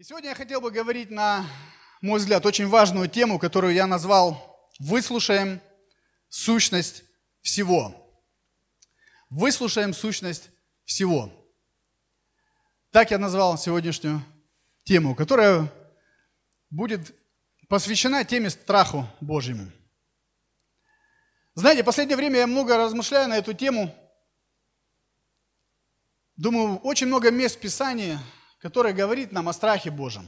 И сегодня я хотел бы говорить на мой взгляд, очень важную тему, которую я назвал «Выслушаем сущность всего». Выслушаем сущность всего. Так я назвал сегодняшнюю тему, которая будет посвящена теме страху Божьему. Знаете, в последнее время я много размышляю на эту тему. Думаю, очень много мест в Писании, которое говорит нам о страхе Божьем.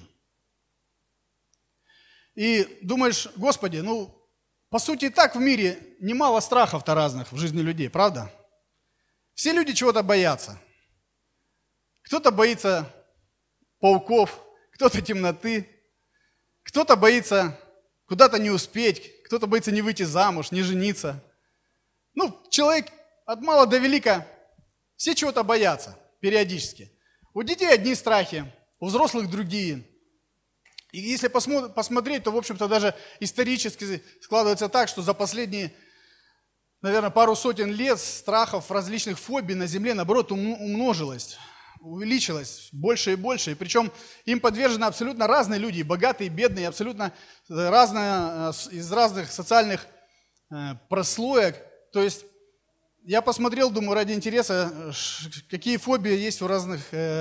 И думаешь, Господи, по сути и так в мире немало страхов-то разных в жизни людей, правда? Все люди чего-то боятся. Кто-то боится пауков, кто-то темноты, кто-то боится куда-то не успеть, кто-то боится не выйти замуж, не жениться. Человек от мала до велика, все чего-то боятся периодически. У детей одни страхи, у взрослых другие. И если посмотреть, то, в общем-то, даже исторически складывается так, что за последние, наверное, пару сотен лет страхов, различных фобий на Земле, наоборот, умножилось, увеличилось больше и больше. И причем им подвержены абсолютно разные люди, богатые, бедные, абсолютно разные, из разных социальных прослоек. То есть я посмотрел, думаю, ради интереса, какие фобии есть у разных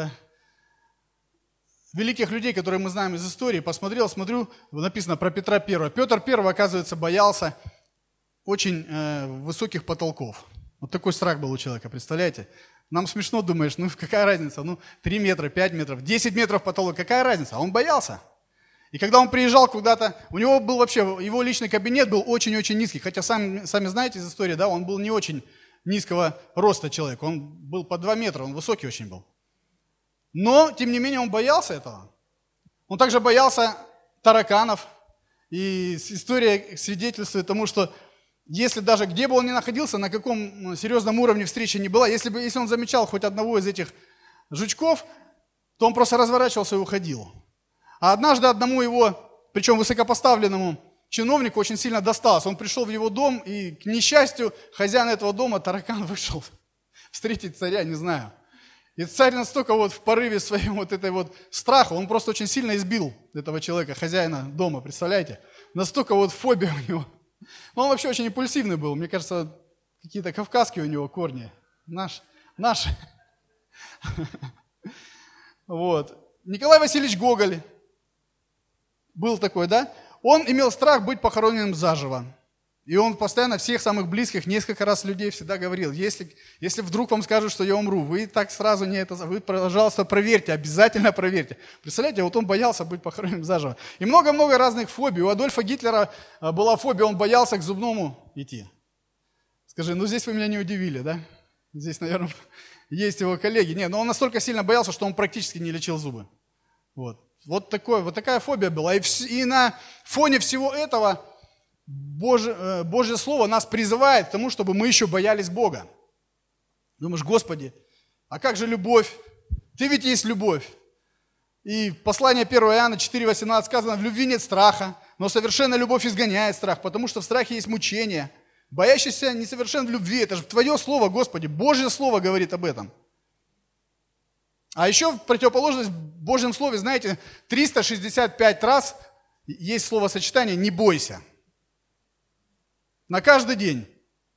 великих людей, которые мы знаем из истории. Смотрю, написано про Петра I. Петр I, оказывается, боялся очень высоких потолков. Вот такой страх был у человека, представляете? Нам смешно, думаешь, какая разница? 3 метра, 5 метров, 10 метров потолок, какая разница? А он боялся. И когда он приезжал куда-то, у него был вообще, его личный кабинет был очень-очень низкий. Хотя сами знаете из истории, да, он был не очень низкого роста человек. Он был по 2 метра, он высокий очень был. Но, тем не менее, он боялся этого. Он также боялся тараканов. И история свидетельствует тому, что если даже где бы он ни находился, на каком серьезном уровне встречи не была, если он замечал хоть одного из этих жучков, то он просто разворачивался и уходил. А однажды одному его, причем высокопоставленному чиновнику, очень сильно досталось. Он пришел в его дом, и, к несчастью, хозяин этого дома, таракан, вышел встретить царя, не знаю. И царь настолько в порыве своем этой страха, он просто очень сильно избил этого человека, хозяина дома, представляете? Настолько фобия у него. Он вообще очень импульсивный был, мне кажется, какие-то кавказские у него корни, наши. Николай Васильевич Гоголь был такой, да? Он имел страх быть похороненным заживо. И он постоянно всех самых близких, несколько раз людей всегда говорил, если вдруг вам скажут, что я умру, вы так сразу вы, пожалуйста, проверьте, обязательно проверьте. Представляете, он боялся быть похороненным заживо. И много-много разных фобий. У Адольфа Гитлера была фобия, он боялся к зубному идти. Скажи, здесь вы меня не удивили, да? Здесь, наверное, есть его коллеги. Нет, но он настолько сильно боялся, что он практически не лечил зубы. Вот такая фобия была. И на фоне всего этого Божье Слово нас призывает к тому, чтобы мы еще боялись Бога. Думаешь, Господи, а как же любовь? Ты ведь есть любовь. И послание 1 Иоанна 4,18 сказано, в любви нет страха, но совершенная любовь изгоняет страх, потому что в страхе есть мучение. Боящийся несовершен в любви. Это же Твое Слово, Господи, Божье Слово говорит об этом. А еще в противоположность в Божьем Слове, знаете, 365 раз есть словосочетание «не бойся». На каждый день.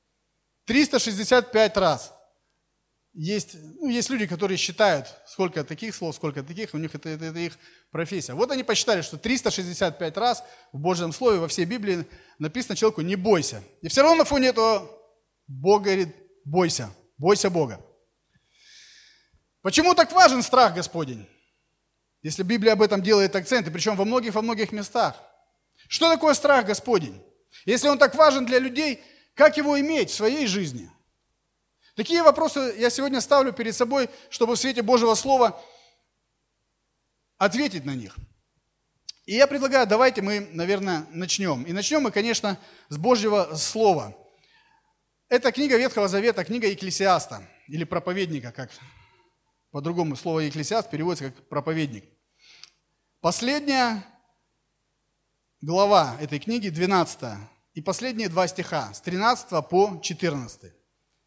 365 раз. Есть люди, которые считают, сколько таких слов, сколько таких, у них это их профессия. Они посчитали, что 365 раз в Божьем Слове, во всей Библии написано человеку «не бойся». И все равно на фоне этого Бог говорит «бойся, бойся Бога». Почему так важен страх Господень? Если Библия об этом делает акцент, и причем во многих местах. Что такое страх Господень? Если он так важен для людей, как его иметь в своей жизни? Такие вопросы я сегодня ставлю перед собой, чтобы в свете Божьего Слова ответить на них. И я предлагаю, давайте мы, наверное, начнем. И начнем мы, конечно, с Божьего Слова. Это книга Ветхого Завета, книга Екклесиаста, или проповедника, как по-другому слово «екклесиаст» переводится как «проповедник». Последняя глава этой книги, 12, и последние 2 стиха, с 13 по 14.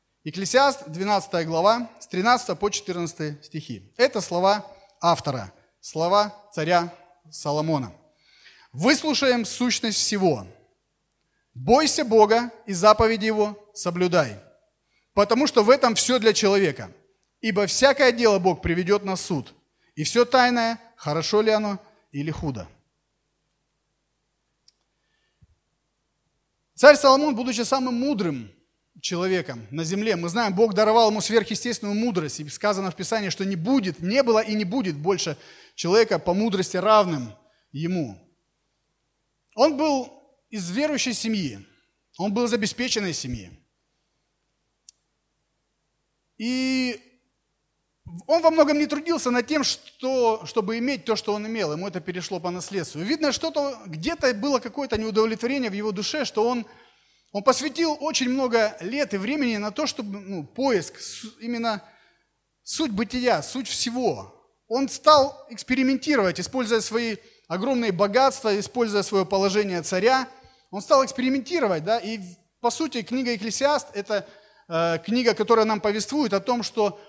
Екклесиаст, 12 глава, с 13 по 14 стихи. Это слова автора слова царя Соломона. «Выслушаем сущность всего. Бойся Бога и заповеди Его соблюдай, потому что в этом все для человека. Ибо всякое дело Бог приведет на суд, и все тайное, хорошо ли оно или худо». Царь Соломон, будучи самым мудрым человеком на земле, мы знаем, Бог даровал ему сверхъестественную мудрость, и сказано в Писании, что не было и не будет больше человека по мудрости равным ему. Он был из верующей семьи, он был из обеспеченной семьи. И он во многом не трудился над тем, чтобы иметь то, что он имел. Ему это перешло по наследству. И видно, где-то было какое-то неудовлетворение в его душе, что он посвятил очень много лет и времени на то, чтобы поиск, именно суть бытия, суть всего. Он стал экспериментировать, используя свои огромные богатства, используя свое положение царя. Он стал экспериментировать, да, и по сути книга «Экклесиаст» – это книга, которая нам повествует о том, что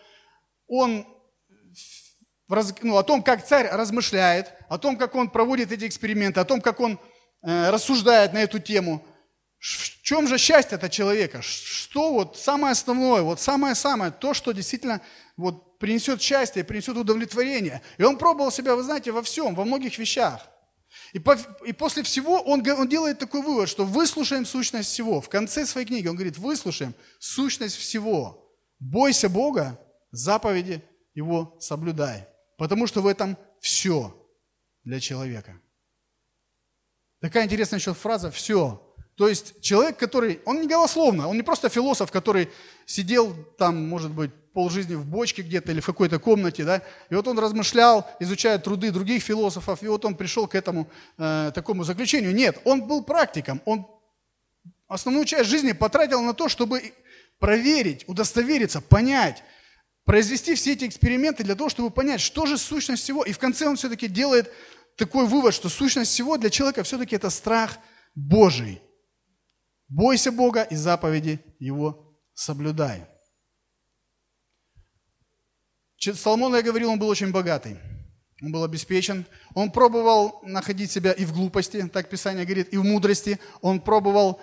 о том, как царь размышляет, о том, как он проводит эти эксперименты, о том, как он рассуждает на эту тему. В чем же счастье этого человека? Что самое основное, самое-самое, то, что действительно принесет счастье, принесет удовлетворение. И он пробовал себя, вы знаете, во всем, во многих вещах. И после всего он делает такой вывод, что выслушаем сущность всего. В конце своей книги он говорит, выслушаем сущность всего. Бойся Бога, заповеди Его соблюдай. Потому что в этом все для человека. Такая интересная еще фраза «все». То есть человек, он не голословно, он не просто философ, который сидел там, может быть, полжизни в бочке где-то или в какой-то комнате, да, и он размышлял, изучая труды других философов, и он пришел к этому такому заключению. Нет, он был практиком, он основную часть жизни потратил на то, чтобы проверить, удостовериться, понять, произвести все эти эксперименты для того, чтобы понять, что же сущность всего. И в конце он все-таки делает такой вывод, что сущность всего для человека все-таки это страх Божий. Бойся Бога и заповеди Его соблюдай. Соломон, я говорил, он был очень богатый. Он был обеспечен. Он пробовал находить себя и в глупости, так Писание говорит, и в мудрости. Он пробовал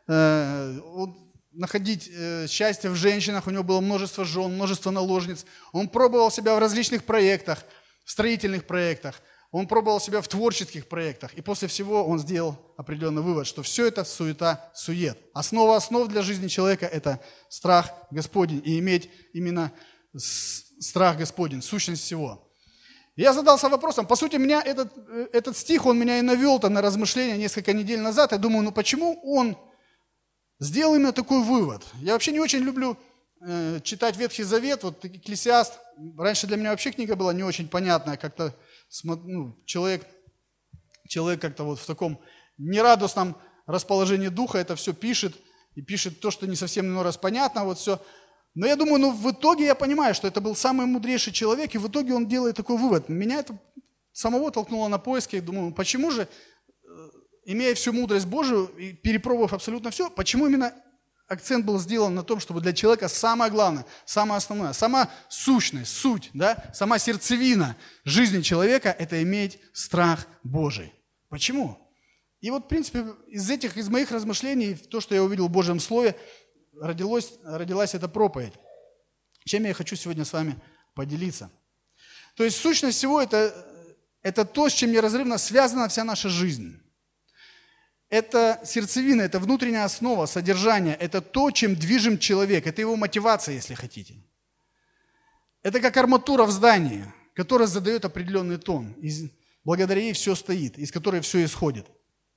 находить счастье в женщинах. У него было множество жен, множество наложниц. Он пробовал себя в различных проектах, в строительных проектах. Он пробовал себя в творческих проектах. И после всего он сделал определенный вывод, что все это суета-сует. Основа основ для жизни человека – это страх Господень. И иметь именно страх Господень, сущность всего. И я задался вопросом, по сути, меня этот стих, он меня и навел-то на размышления несколько недель назад. Я думаю, почему он сделал именно такой вывод? Я вообще не очень люблю читать Ветхий Завет, Экклесиаст. Раньше для меня вообще книга была не очень понятная, как-то человек как-то в таком нерадостном расположении духа это все пишет, и пишет то, что не совсем иной раз понятно, все. Но я думаю, в итоге я понимаю, что это был самый мудрейший человек, и в итоге он делает такой вывод. Меня это самого толкнуло на поиски, думаю, почему же, имея всю мудрость Божию, и перепробовав абсолютно все, почему именно акцент был сделан на том, чтобы для человека самое главное, самое основное, сама сущность, суть, да, сама сердцевина жизни человека – это иметь страх Божий. Почему? И в принципе, из моих размышлений, то, что я увидел в Божьем Слове, родилась эта проповедь. Чем я хочу сегодня с вами поделиться. То есть сущность всего – это то, с чем неразрывно связана вся наша жизнь. Это сердцевина, это внутренняя основа, содержание, это то, чем движим человек, это его мотивация, если хотите. Это как арматура в здании, которая задает определенный тон. И благодаря ей все стоит, из которой все исходит.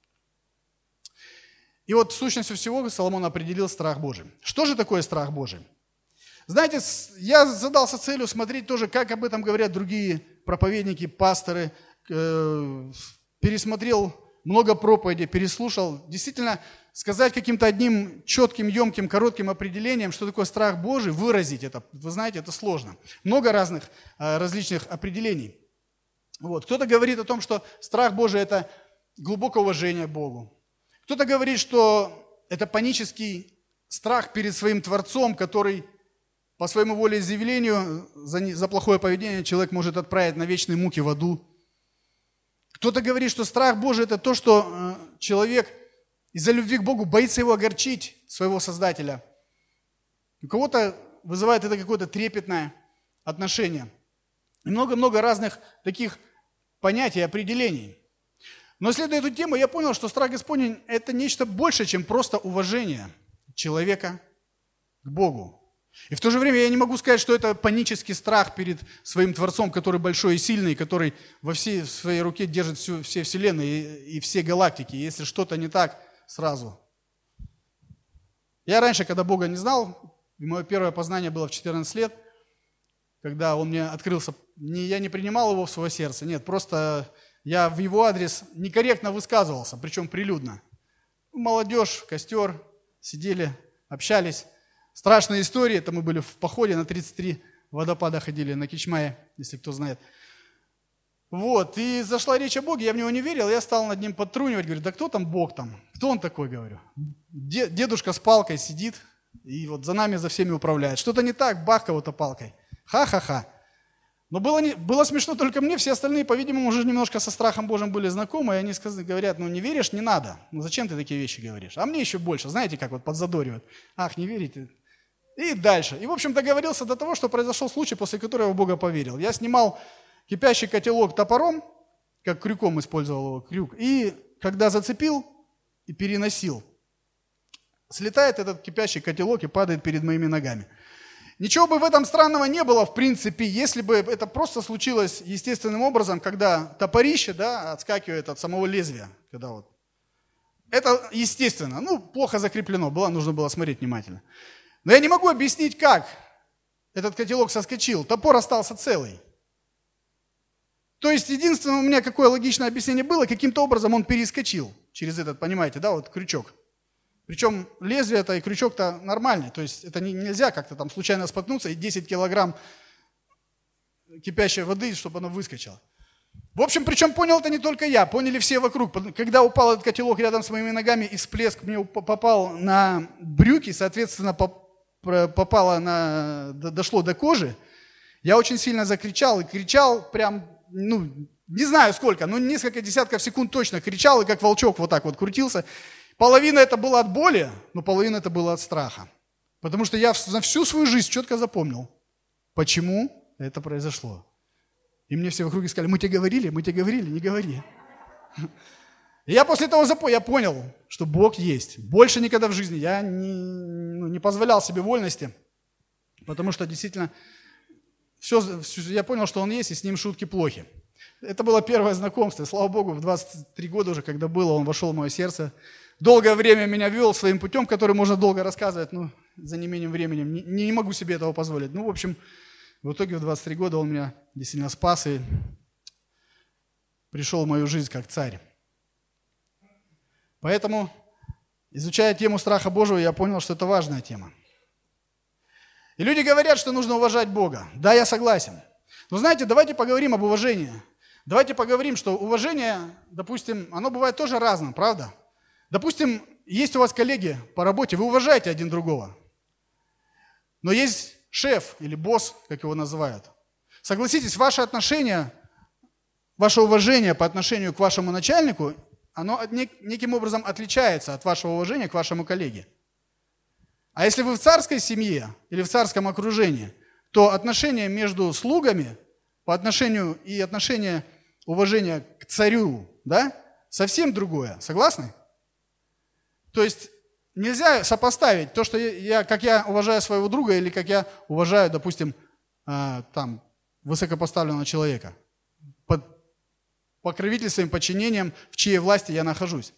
И сущностью всего Соломон определил страх Божий. Что же такое страх Божий? Знаете, я задался целью смотреть тоже, как об этом говорят другие проповедники, пасторы, пересмотрел много проповедей, переслушал. Действительно, сказать каким-то одним четким, емким, коротким определением, что такое страх Божий, выразить это, вы знаете, это сложно. Много различных определений. Кто-то говорит о том, что страх Божий – это глубокое уважение к Богу. Кто-то говорит, что это панический страх перед своим Творцом, который по своему волеизъявлению за плохое поведение человек может отправить на вечные муки в аду. Кто-то говорит, что страх Божий – это то, что человек из-за любви к Богу боится его огорчить, своего Создателя. У кого-то вызывает это какое-то трепетное отношение. И много-много разных таких понятий, определений. Но исследуя эту тему, я понял, что страх Господень – это нечто большее, чем просто уважение человека к Богу. И в то же время я не могу сказать, что это панический страх перед своим Творцом, который большой и сильный, который в своей руке держит все вселенные и все галактики. И если что-то не так, сразу. Я раньше, когда Бога не знал, и мое первое познание было в 14 лет, когда Он мне открылся, я не принимал Его в свое сердце, нет, просто я в Его адрес некорректно высказывался, причем прилюдно. Молодежь, костер, сидели, общались. Страшная история, это мы были в походе на 33 водопада ходили, на Кичмае, если кто знает. Вот, и зашла речь о Боге, я в Него не верил, я стал над Ним подтрунивать, говорю, да кто там Бог там, кто Он такой, говорю. Дедушка с палкой сидит и вот за нами, за всеми управляет. Что-то не так, бах кого-то палкой. Ха-ха-ха. Но было смешно только мне, все остальные, по-видимому, уже немножко со страхом Божьим были знакомы, и они говорят, ну не веришь, не надо, ну зачем ты такие вещи говоришь? А мне еще больше, знаете, как вот подзадоривают. Ах, не верите? И дальше. И, в общем, договорился до того, что произошел случай, после которого в Бога поверил. Я снимал кипящий котелок топором, как крюком использовал его, крюк, и когда зацепил и переносил, слетает этот кипящий котелок и падает перед моими ногами. Ничего бы в этом странного не было, в принципе, если бы это просто случилось естественным образом, когда топорище, да, отскакивает от самого лезвия. Когда вот. Это естественно, плохо закреплено было, нужно было смотреть внимательно. Но я не могу объяснить, как этот котелок соскочил, топор остался целый. То есть, единственное у меня какое логичное объяснение было, каким-то образом он перескочил через этот, понимаете, да, вот крючок. Причем лезвие-то и крючок-то нормальный, то есть это нельзя как-то там случайно споткнуться и 10 килограмм кипящей воды, чтобы оно выскочило. В общем, причем понял это не только я, поняли все вокруг. Когда упал этот котелок рядом с моими ногами, и всплеск мне попал на брюки, соответственно, дошло до кожи, я очень сильно закричал, и кричал прям, не знаю сколько, но несколько десятков секунд точно кричал, и как волчок вот так вот крутился. Половина это было от боли, но половина это было от страха. Потому что я на всю свою жизнь четко запомнил, почему это произошло. И мне все вокруг сказали, мы тебе говорили, не говори. И я после того я понял, что Бог есть. Больше никогда в жизни я не позволял себе вольности, потому что действительно я понял, что Он есть, и с Ним шутки плохи. Это было первое знакомство. Слава Богу, в 23 года уже, когда было, Он вошел в мое сердце. Долгое время меня вел своим путем, который можно долго рассказывать, за неимением времени. Не могу себе этого позволить. В общем, в итоге в 23 года Он меня действительно спас и пришел в мою жизнь как царь. Поэтому, изучая тему страха Божьего, я понял, что это важная тема. И люди говорят, что нужно уважать Бога. Да, я согласен. Но знаете, давайте поговорим об уважении. Давайте поговорим, что уважение, допустим, оно бывает тоже разным, правда? Допустим, есть у вас коллеги по работе, вы уважаете один другого. Но есть шеф или босс, как его называют. Согласитесь, ваше отношение, ваше уважение по отношению к вашему начальнику, оно неким образом отличается от вашего уважения к вашему коллеге. А если вы в царской семье или в царском окружении, то отношение между слугами по отношению и отношение уважения к царю, да, совсем другое. Согласны? То есть нельзя сопоставить то, что как я уважаю своего друга или как я уважаю, допустим, высокопоставленного человека. Под покровительством, подчинением, в чьей власти я нахожусь.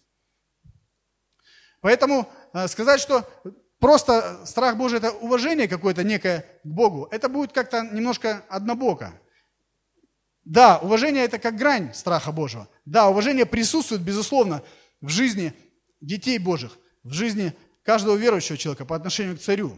Поэтому сказать, что просто страх Божий – это уважение какое-то некое к Богу, это будет как-то немножко однобоко. Да, уважение – это как грань страха Божьего. Да, уважение присутствует, безусловно, в жизни детей Божьих, в жизни каждого верующего человека по отношению к царю.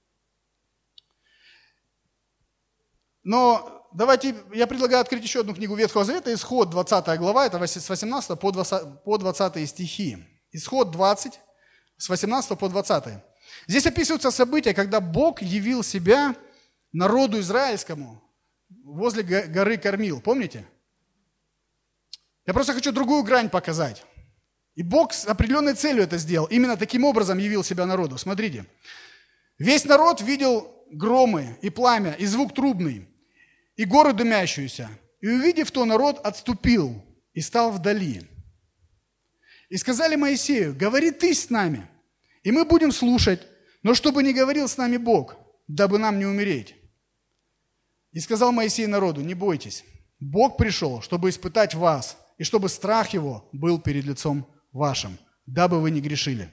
Но давайте, я предлагаю открыть еще одну книгу Ветхого Завета, Исход, 20 глава, это с 18 по 20 стихи. Исход 20, с 18 по 20. Здесь описываются события, когда Бог явил себя народу израильскому возле горы Кормил. Помните? Я просто хочу другую грань показать. И Бог с определенной целью это сделал. Именно таким образом явил себя народу. Смотрите. Весь народ видел громы и пламя, и звук трубный, и гору дымящуюся. И увидев то, народ отступил и стал вдали. И сказали Моисею: говори ты с нами, и мы будем слушать, но чтобы не говорил с нами Бог, дабы нам не умереть. И сказал Моисей народу: не бойтесь, Бог пришел, чтобы испытать вас, и чтобы страх его был перед лицом вашим, дабы вы не грешили.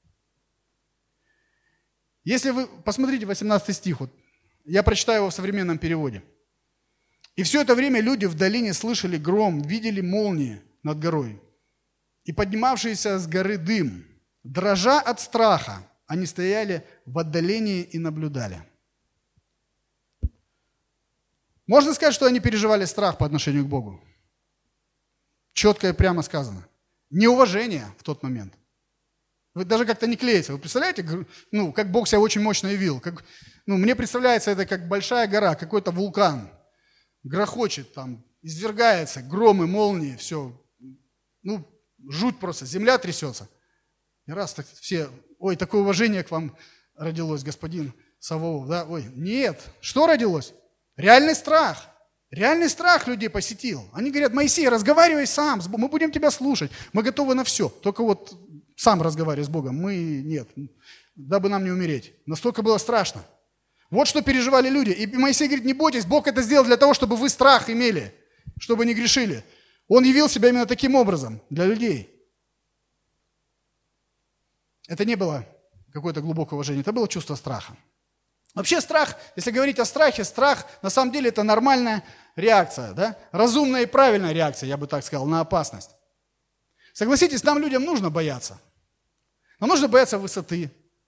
Если вы посмотрите 18 стих, вот, я прочитаю его в современном переводе. «И все это время люди в долине слышали гром, видели молнии над горой, и поднимавшийся с горы дым. Дрожа от страха, они стояли в отдалении и наблюдали». Можно сказать, что они переживали страх по отношению к Богу? Четко и прямо сказано. Неуважение в тот момент. Вы даже как-то не клеится. Вы представляете, как Бог себя очень мощно явил? Мне представляется это как большая гора, какой-то вулкан. Грохочет там, извергается, громы, молнии, все. Жуть просто, земля трясется. И раз так все, ой, такое уважение к вам родилось, господин Саваоф, да? Ой, нет, что родилось? Реальный страх. Реальный страх людей посетил. Они говорят: Моисей, разговаривай сам, мы будем тебя слушать, мы готовы на все. Только вот сам разговаривай с Богом, мы нет, дабы нам не умереть. Настолько было страшно. Вот что переживали люди. И Моисей говорит: не бойтесь, Бог это сделал для того, чтобы вы страх имели, чтобы не грешили. Он явил себя именно таким образом для людей. Это не было какое-то глубокое уважение, это было чувство страха. Вообще страх, если говорить о страхе, страх на самом деле это нормальная реакция, да? Разумная и правильная реакция, я бы так сказал, на опасность. Согласитесь, нам, людям, нужно бояться. Нам нужно бояться высоты.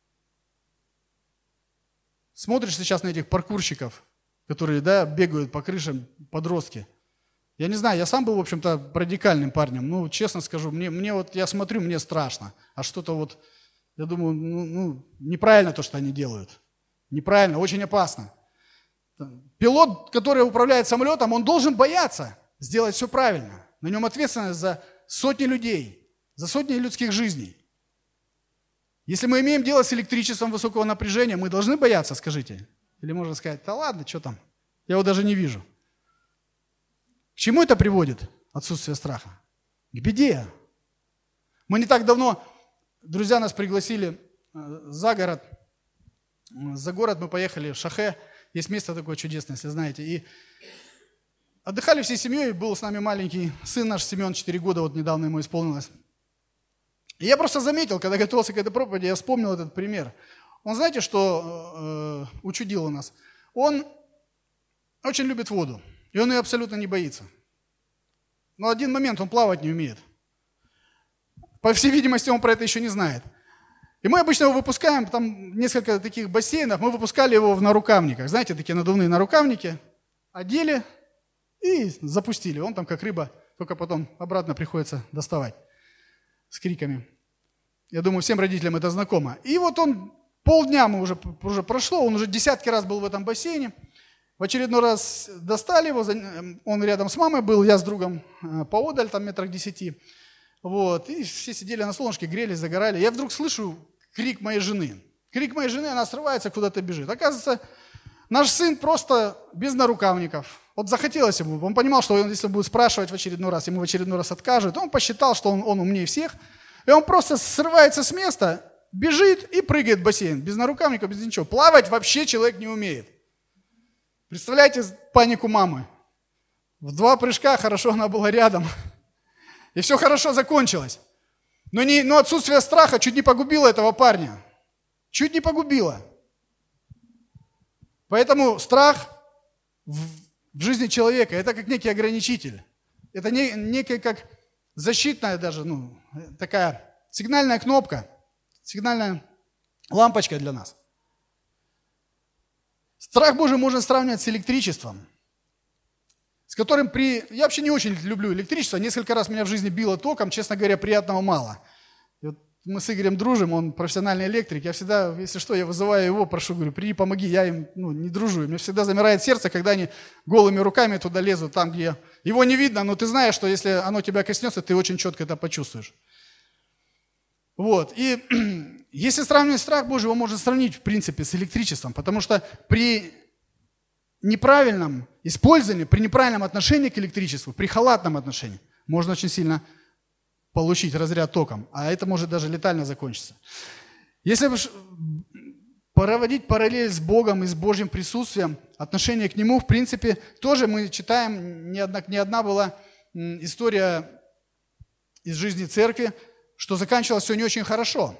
Смотришь сейчас на этих паркурщиков, которые, да, бегают по крышам, подростки. Я не знаю, я сам был, в общем-то, радикальным парнем. Честно скажу, мне вот, я смотрю, мне страшно. А что-то вот, я думаю, неправильно то, что они делают. Неправильно, очень опасно. Пилот, который управляет самолетом, он должен бояться сделать все правильно. На нем ответственность за сотни людей, за сотни людских жизней. Если мы имеем дело с электричеством высокого напряжения, мы должны бояться, скажите? Или можно сказать: да ладно, что там, я его даже не вижу. К чему это приводит, отсутствие страха? К беде. Мы не так давно, друзья нас пригласили за город. За город мы поехали в Шахе. Есть место такое чудесное, если знаете. И отдыхали всей семьей. Был с нами маленький сын наш, Семен, 4 года, вот недавно ему исполнилось. И я просто заметил, когда готовился к этой проповеди, я вспомнил этот пример. Он, знаете, что учудил у нас? Он очень любит воду. И он ее абсолютно не боится. Но один момент, он плавать не умеет. По всей видимости, он про это еще не знает. И мы обычно его выпускаем, там несколько таких бассейнов, мы выпускали его в нарукавниках. Знаете, такие надувные нарукавники. Одели и запустили. Он там как рыба, только потом обратно приходится доставать с криками. Я думаю, всем родителям это знакомо. И вот он, полдня мы уже прошло, он уже десятки раз был в этом бассейне. В очередной раз достали его, он рядом с мамой был, я с другом поодаль, там метрах 10. Вот, и все сидели на солнышке, грелись, загорали. Я вдруг слышу крик моей жены. Крик моей жены, она срывается, куда-то бежит. Оказывается, наш сын просто без нарукавников. Вот захотелось ему, он понимал, что если будет спрашивать в очередной раз, ему в очередной раз откажут. Он посчитал, что он умнее всех. И он просто срывается с места, бежит и прыгает в бассейн. Без нарукавников, без ничего. Плавать вообще человек не умеет. Представляете панику мамы? В 2 прыжка хорошо она была рядом. И все хорошо закончилось. Но отсутствие страха чуть не погубило этого парня. Чуть не погубило. Поэтому страх в жизни человека – это как некий ограничитель. Это некая как защитная даже, такая сигнальная кнопка, сигнальная лампочка для нас. Страх Божий можно сравнивать с электричеством, с которым Я вообще не очень люблю электричество. Несколько раз меня в жизни било током, честно говоря, приятного мало. И вот мы с Игорем дружим, он профессиональный электрик. Я всегда, если что, я вызываю его, прошу, говорю, приди, помоги. Я им не дружу. Мне всегда замирает сердце, когда они голыми руками туда лезут, там, где его не видно, но ты знаешь, что если оно тебя коснется, ты очень четко это почувствуешь. Вот. И если сравнивать страх Божий, его можно сравнить, в принципе, с электричеством, потому что при неправильном использовании, при неправильном отношении к электричеству, при халатном отношении, можно очень сильно получить разряд током, а это может даже летально закончиться. Если проводить параллель с Богом и с Божьим присутствием, отношение к Нему, в принципе, тоже мы читаем, не одна была история из жизни церкви, что заканчивалось все не очень хорошо.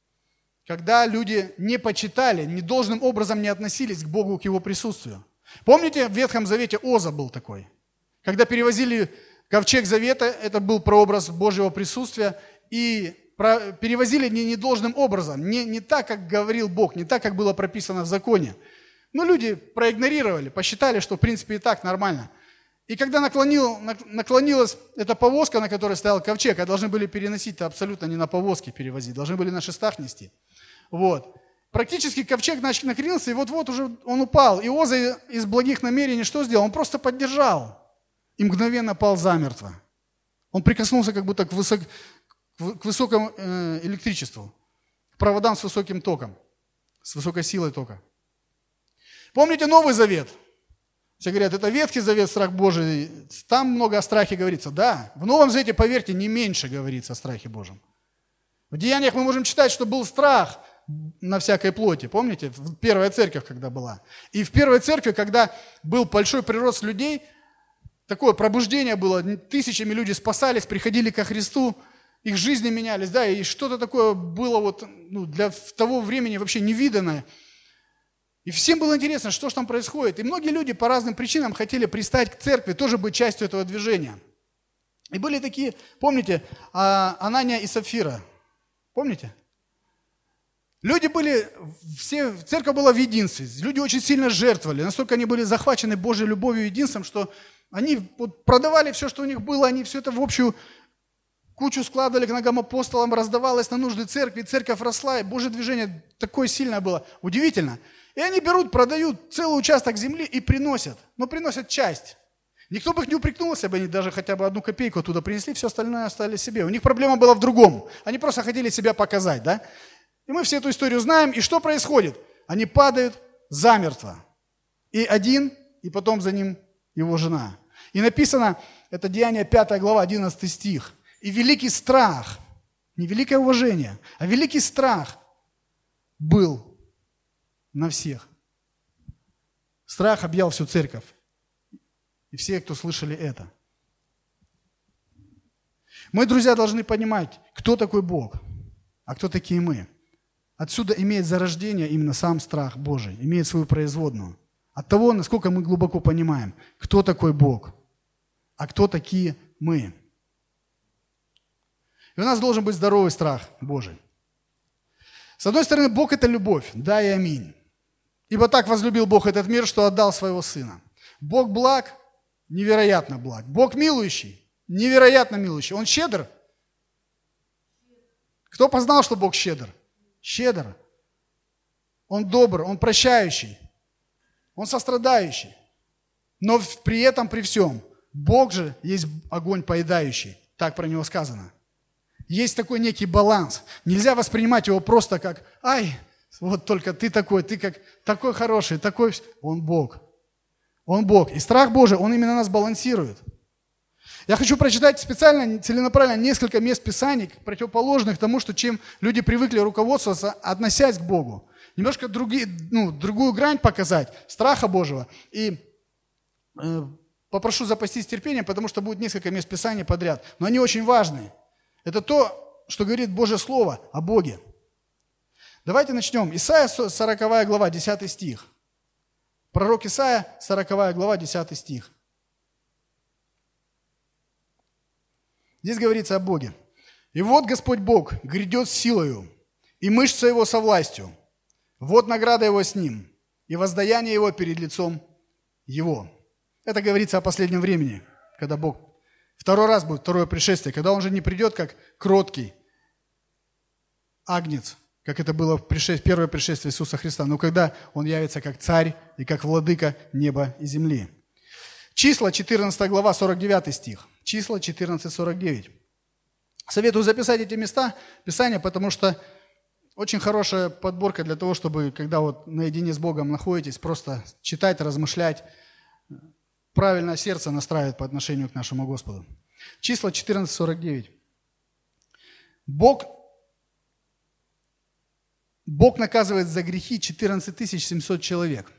Когда люди не почитали, не должным образом не относились к Богу, к Его присутствию. Помните, в Ветхом Завете Оза был такой? Когда перевозили ковчег Завета, это был прообраз Божьего присутствия, и перевозили не должным образом, не так, как говорил Бог, не так, как было прописано в законе. Но люди проигнорировали, посчитали, что в принципе и так нормально. И когда наклонилась эта повозка, на которой стоял ковчег, а должны были переносить-то абсолютно не на повозке перевозить, должны были на шестах нести. Вот. Практически ковчег накренился, и вот-вот уже он упал. И Оза из благих намерений что сделал? Он просто поддержал. И мгновенно пал замертво. Он прикоснулся как будто к высокому электричеству, к проводам с высоким током, с высокой силой тока. Помните Новый Завет? Все говорят, это Ветхий Завет, страх Божий, там много о страхе говорится. Да, в Новом Завете, поверьте, не меньше говорится о страхе Божьем. В Деяниях мы можем читать, что был страх на всякой плоти. Помните, в первой церкви, когда была. И в первой церкви, когда был большой прирост людей, такое пробуждение было, тысячами люди спасались, приходили ко Христу, их жизни менялись, да, и что-то такое было для того времени вообще невиданное. И всем было интересно, что же там происходит. И многие люди по разным причинам хотели пристать к церкви, тоже быть частью этого движения. И были такие, помните, Анания и Сапфира, помните? Люди были, церковь была в единстве, люди очень сильно жертвовали, настолько они были захвачены Божьей любовью и единством, что они продавали все, что у них было, они все это в общую кучу складывали к ногам апостолам, раздавалось на нужды церкви, церковь росла, и Божье движение такое сильное было, удивительно. И они берут, продают целый участок земли и приносят, но приносят часть. Никто бы их не упрекнул, если бы они даже хотя бы 1 копейку оттуда принесли, все остальное оставили себе. У них проблема была в другом, они просто хотели себя показать, да? И мы все эту историю знаем, и что происходит? Они падают замертво. И один, и потом за ним его жена. И написано, это Деяния 5 глава, 11 стих. И великий страх, не великое уважение, а великий страх был на всех. Страх объял всю церковь. И все, кто слышали это. Мы, друзья, должны понимать, кто такой Бог, а кто такие мы. Отсюда имеет зарождение именно сам страх Божий, имеет свою производную. От того, насколько мы глубоко понимаем, кто такой Бог, а кто такие мы. И у нас должен быть здоровый страх Божий. С одной стороны, Бог – это любовь, да и аминь. Ибо так возлюбил Бог этот мир, что отдал своего Сына. Бог благ, невероятно благ. Бог милующий, невероятно милующий. Он щедр. Кто познал, что Бог щедр? Щедр. Он добр, Он прощающий, Он сострадающий. Но при этом, при всем, Бог же есть огонь поедающий. Так про Него сказано. Есть такой некий баланс. Нельзя воспринимать Его просто как, вот только ты такой хороший, такой... Он Бог. Он Бог. И страх Божий, Он именно нас балансирует. Я хочу прочитать специально, целенаправленно несколько мест Писаний, противоположных тому, чем люди привыкли руководствоваться, относясь к Богу. Немножко другую грань показать страха Божьего. И попрошу запастись терпением, потому что будет несколько мест Писаний подряд. Но они очень важные. Это то, что говорит Божье Слово о Боге. Давайте начнем. Исайя 40 глава, 10 стих. Пророк Исайя, 40 глава, 10 стих. Здесь говорится о Боге. «И вот Господь Бог грядет с силою, и мышца Его со властью. Вот награда Его с Ним, и воздаяние Его перед лицом Его». Это говорится о последнем времени, когда Бог второй раз будет, второе пришествие, когда Он же не придет как кроткий Агнец, как это было в первое пришествие Иисуса Христа, но когда Он явится как царь и как владыка неба и земли. Числа, 14 глава, 49 стих. Числа 14:49. Советую записать эти места Писания, потому что очень хорошая подборка для того, чтобы, когда вот наедине с Богом находитесь, просто читать, размышлять, правильно сердце настраивать по отношению к нашему Господу. Числа 14:49. Бог наказывает за грехи 14 700 человек.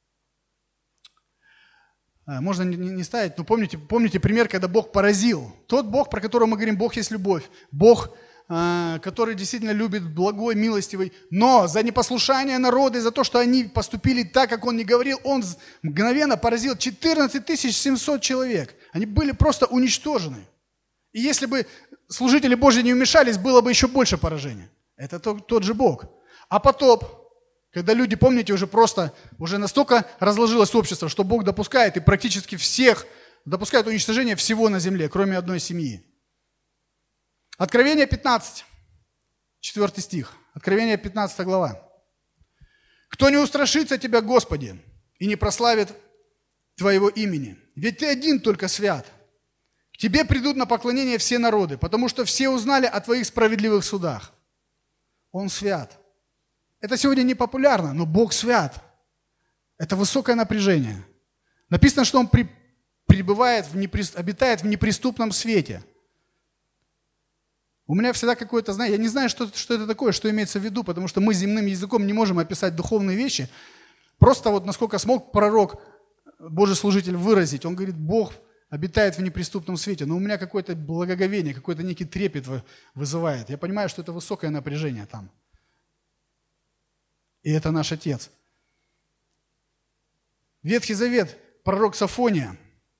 Можно не ставить, но помните пример, когда Бог поразил. Тот Бог, про которого мы говорим, Бог есть любовь. Бог, который действительно любит, благой, милостивый. Но за непослушание народа и за то, что они поступили так, как Он не говорил, Он мгновенно поразил 14 700 человек. Они были просто уничтожены. И если бы служители Божьи не вмешались, было бы еще больше поражения. Это тот же Бог. А потоп, когда люди, помните, уже настолько разложилось общество, что Бог допускает и практически допускает уничтожение всего на земле, кроме одной семьи. Откровение 15, 4 стих. Откровение 15 глава. «Кто не устрашится Тебя, Господи, и не прославит Твоего имени? Ведь Ты один только свят. К Тебе придут на поклонение все народы, потому что все узнали о Твоих справедливых судах». Он свят. Это сегодня не популярно, но Бог свят. Это высокое напряжение. Написано, что Он обитает в неприступном свете. У меня всегда какое-то, я не знаю, что это такое, что имеется в виду, потому что мы земным языком не можем описать духовные вещи. Просто вот насколько смог пророк, Божий служитель выразить, он говорит, Бог обитает в неприступном свете. Но у меня какое-то благоговение, какой-то некий трепет вызывает. Я понимаю, что это высокое напряжение там. И это наш Отец. Ветхий Завет, пророк Софония,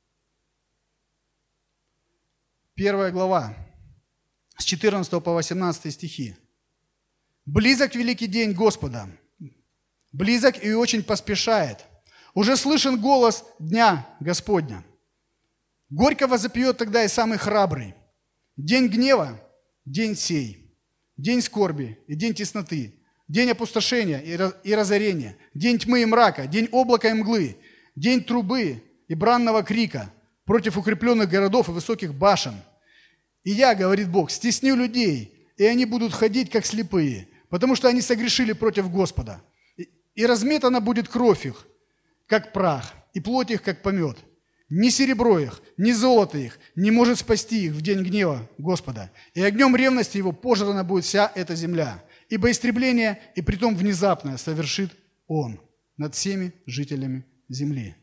1 глава, с 14 по 18 стихи. «Близок великий день Господа, близок и очень поспешает. Уже слышен голос дня Господня. Горько возопьет тогда и самый храбрый. День гнева, день сей, день скорби и день тесноты, день опустошения и разорения, день тьмы и мрака, день облака и мглы, день трубы и бранного крика против укрепленных городов и высоких башен. И я, говорит Бог, стесню людей, и они будут ходить, как слепые, потому что они согрешили против Господа. И разметана будет кровь их, как прах, и плоть их, как помет. Ни серебро их, ни золото их не может спасти их в день гнева Господа. И огнем ревности его пожрана будет вся эта земля. Ибо истребление, и притом внезапное, совершит Он над всеми жителями земли».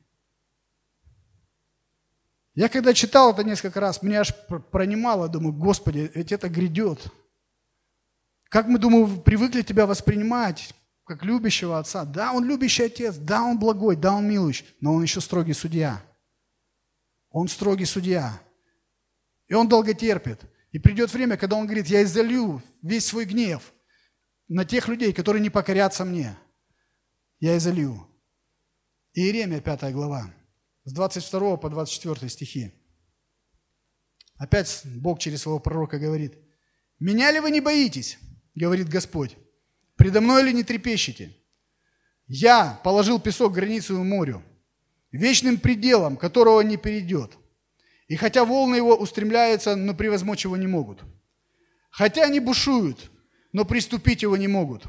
Я когда читал это несколько раз, меня аж пронимало, думаю, Господи, ведь это грядет. Как мы, думаю, привыкли Тебя воспринимать, как любящего Отца. Да, Он любящий Отец, да, Он благой, да, Он милующий, но Он еще строгий судья. Он строгий судья. И Он долго терпит. И придет время, когда Он говорит, я изолью весь свой гнев на тех людей, которые не покорятся мне. Я изолью. Иеремия, 5 глава, с 22 по 24 стихи. Опять Бог через своего пророка говорит, «Меня ли вы не боитесь, говорит Господь, предо мной ли не трепещете? Я положил песок границу морю, вечным пределом, которого не перейдет. И хотя волны его устремляются, но превозмочь его не могут. Хотя они бушуют, но приступить его не могут.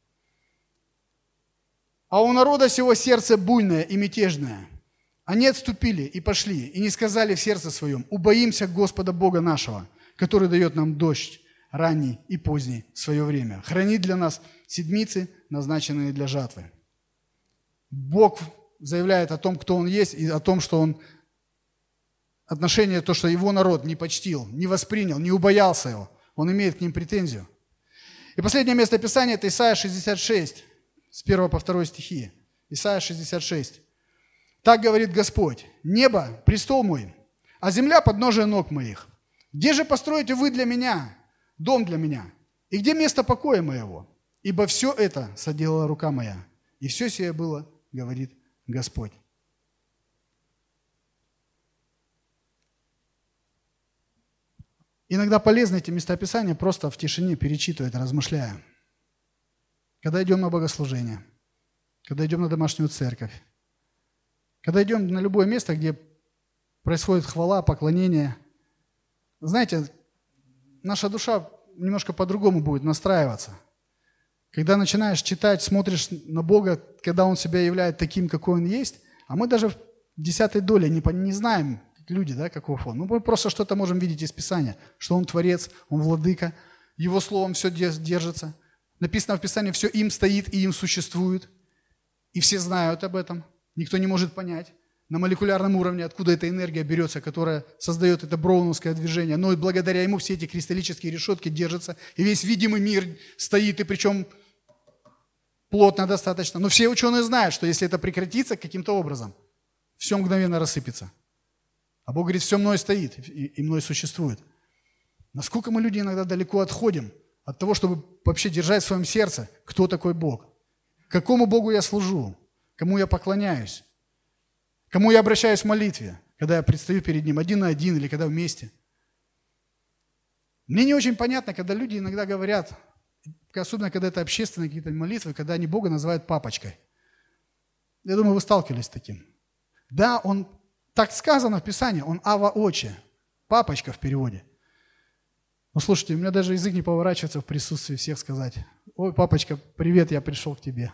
А у народа сего сердце буйное и мятежное. Они отступили и пошли, и не сказали в сердце своем, убоимся Господа Бога нашего, который дает нам дождь ранний и поздний в свое время, хранит для нас седмицы, назначенные для жатвы». Бог заявляет о том, кто Он есть, и о том, что Он отношение, то, что Его народ не почтил, не воспринял, не убоялся Его. Он имеет к ним претензию. И последнее место Писания – это Исайя 66, с 1 по 2 стихи. Исайя 66. «Так говорит Господь, небо – престол мой, а земля – подножие ног моих. Где же построите вы для меня дом для меня? И где место покоя моего? Ибо все это соделала рука моя, и все сие было, говорит Господь». Иногда полезно эти места Писания просто в тишине перечитывать, размышляя. когда идем на богослужение, когда идем на домашнюю церковь, когда идем на любое место, где происходит хвала, поклонение. Знаете, наша душа немножко по-другому будет настраиваться. Когда начинаешь читать, смотришь на Бога, когда Он себя являет таким, какой Он есть, а мы даже в 10 доле не знаем, люди, да, каков Он. Мы просто что-то можем видеть из Писания, что Он Творец, Он Владыка, Его Словом все держится. Написано в Писании, все им стоит и им существует. И все знают об этом. Никто не может понять на молекулярном уровне, откуда эта энергия берется, которая создает это броуновское движение. Но благодаря ему все эти кристаллические решетки держатся, и весь видимый мир стоит, и причем плотно достаточно. Но все ученые знают, что если это прекратится каким-то образом, все мгновенно рассыпется. А Бог говорит, все мной стоит, и мной существует. Насколько мы, люди, иногда далеко отходим от того, чтобы вообще держать в своем сердце, кто такой Бог, какому Богу я служу, кому я поклоняюсь, кому я обращаюсь в молитве, когда я предстаю перед Ним один на один или когда вместе. Мне не очень понятно, когда люди иногда говорят, особенно когда это общественные какие-то молитвы, когда они Бога называют папочкой. Я думаю, вы сталкивались с таким. Да, Он, так сказано в Писании, Он Ава Отче, папочка в переводе. Но слушайте, у меня даже язык не поворачивается в присутствии всех сказать: ой, папочка, привет, я пришел к тебе.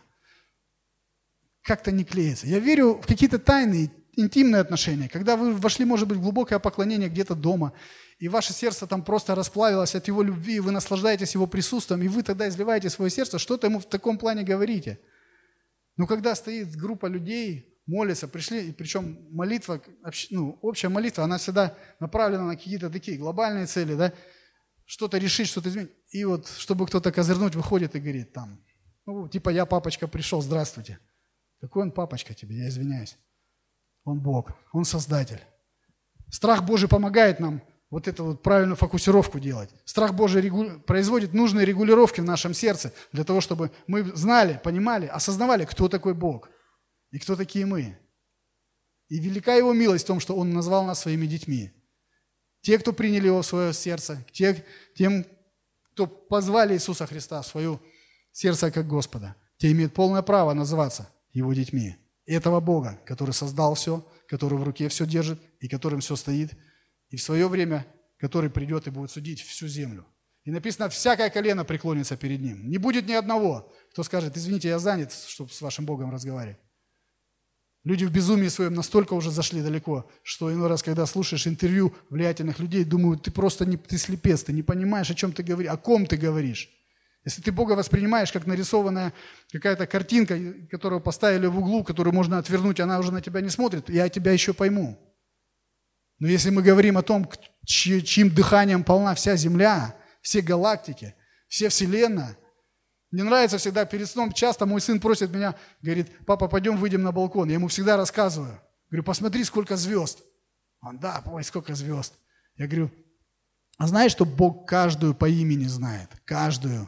Как-то не клеится. Я верю в какие-то тайные, интимные отношения, когда вы вошли, может быть, в глубокое поклонение где-то дома, и ваше сердце там просто расплавилось от Его любви, и вы наслаждаетесь Его присутствием, и вы тогда изливаете свое сердце, что-то Ему в таком плане говорите. Но когда стоит группа людей, молятся, пришли, и причем молитва, общая молитва, она всегда направлена на какие-то такие глобальные цели, да, что-то решить, что-то изменить. И вот, чтобы кто-то козырнуть, выходит и говорит там, типа я, папочка, пришел, здравствуйте. Какой Он папочка тебе, я извиняюсь. Он Бог, Он Создатель. Страх Божий помогает нам вот эту вот правильную фокусировку делать. Страх Божий производит нужные регулировки в нашем сердце для того, чтобы мы знали, понимали, осознавали, кто такой Бог и кто такие мы. И велика Его милость в том, что Он назвал нас своими детьми. Те, кто приняли Его в свое сердце, тем, кто позвали Иисуса Христа в свое сердце как Господа, те имеют полное право называться Его детьми. Этого Бога, который создал все, который в руке все держит и которым все стоит, и в свое время, который придет и будет судить всю землю. И написано, всякое колено преклонится перед Ним. Не будет ни одного, кто скажет: извините, я занят, чтобы с вашим Богом разговаривать. Люди в безумии своем настолько уже зашли далеко, что иной раз, когда слушаешь интервью влиятельных людей, думают, ты просто ты слепец, ты не понимаешь, о чем ты говоришь, о ком ты говоришь. Если ты Бога воспринимаешь как нарисованная какая-то картинка, которую поставили в углу, которую можно отвернуть, она уже на тебя не смотрит, я тебя еще пойму. Но если мы говорим о том, чьим дыханием полна вся Земля, все галактики, вся Вселенная, мне нравится всегда перед сном, часто мой сын просит меня, говорит: папа, пойдем выйдем на балкон. Я ему всегда рассказываю. Говорю: посмотри, сколько звезд. Он: да, ой, сколько звезд. Я говорю: а знаешь, что Бог каждую по имени знает? Каждую.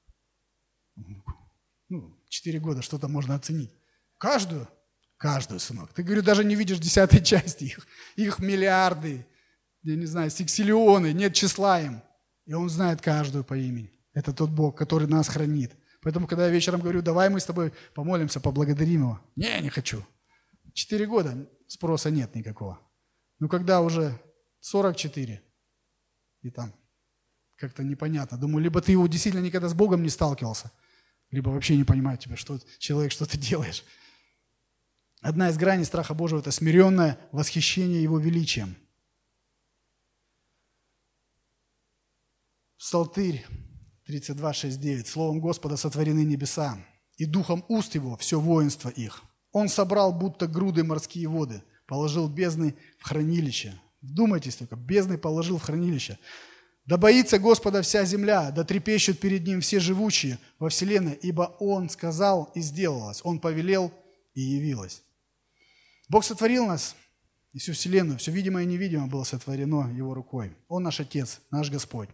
4 года что-то можно оценить. Каждую? Каждую, сынок. Ты, говорю, даже не видишь 10-й части их. Их миллиарды, я не знаю, сексиллионы, нет числа им. И Он знает каждую по имени. Это тот Бог, который нас хранит. Поэтому, когда я вечером говорю: давай мы с тобой помолимся, поблагодарим Его. Не хочу. 4 года спроса нет никакого. Но когда уже 44, и там как-то непонятно. Думаю, либо ты его действительно никогда с Богом не сталкивался, либо вообще не понимает тебя, что человек, что ты делаешь. Одна из граней страха Божьего – это смиренное восхищение Его величием. Псалтырь 32:6-9. Словом Господа сотворены небеса, и духом уст Его все воинство их. Он собрал будто груды морские воды, положил бездны в хранилище. Вдумайтесь только, бездны положил в хранилище. Да боится Господа вся земля, да трепещут перед Ним все живущие во вселенной, ибо Он сказал, и сделалось, Он повелел, и явилось. Бог сотворил нас, и всю вселенную, все видимое и невидимое было сотворено Его рукой. Он наш Отец, наш Господь.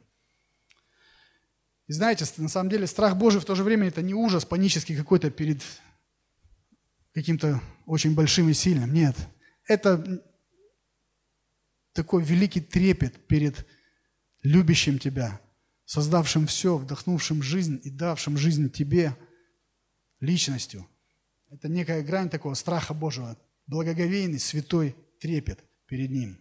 И знаете, на самом деле страх Божий в то же время это не ужас панический какой-то перед каким-то очень большим и сильным. Нет, это такой великий трепет перед любящим тебя, создавшим все, вдохнувшим жизнь и давшим жизнь тебе, личностью. Это некая грань такого страха Божьего, благоговейный, святой трепет перед Ним.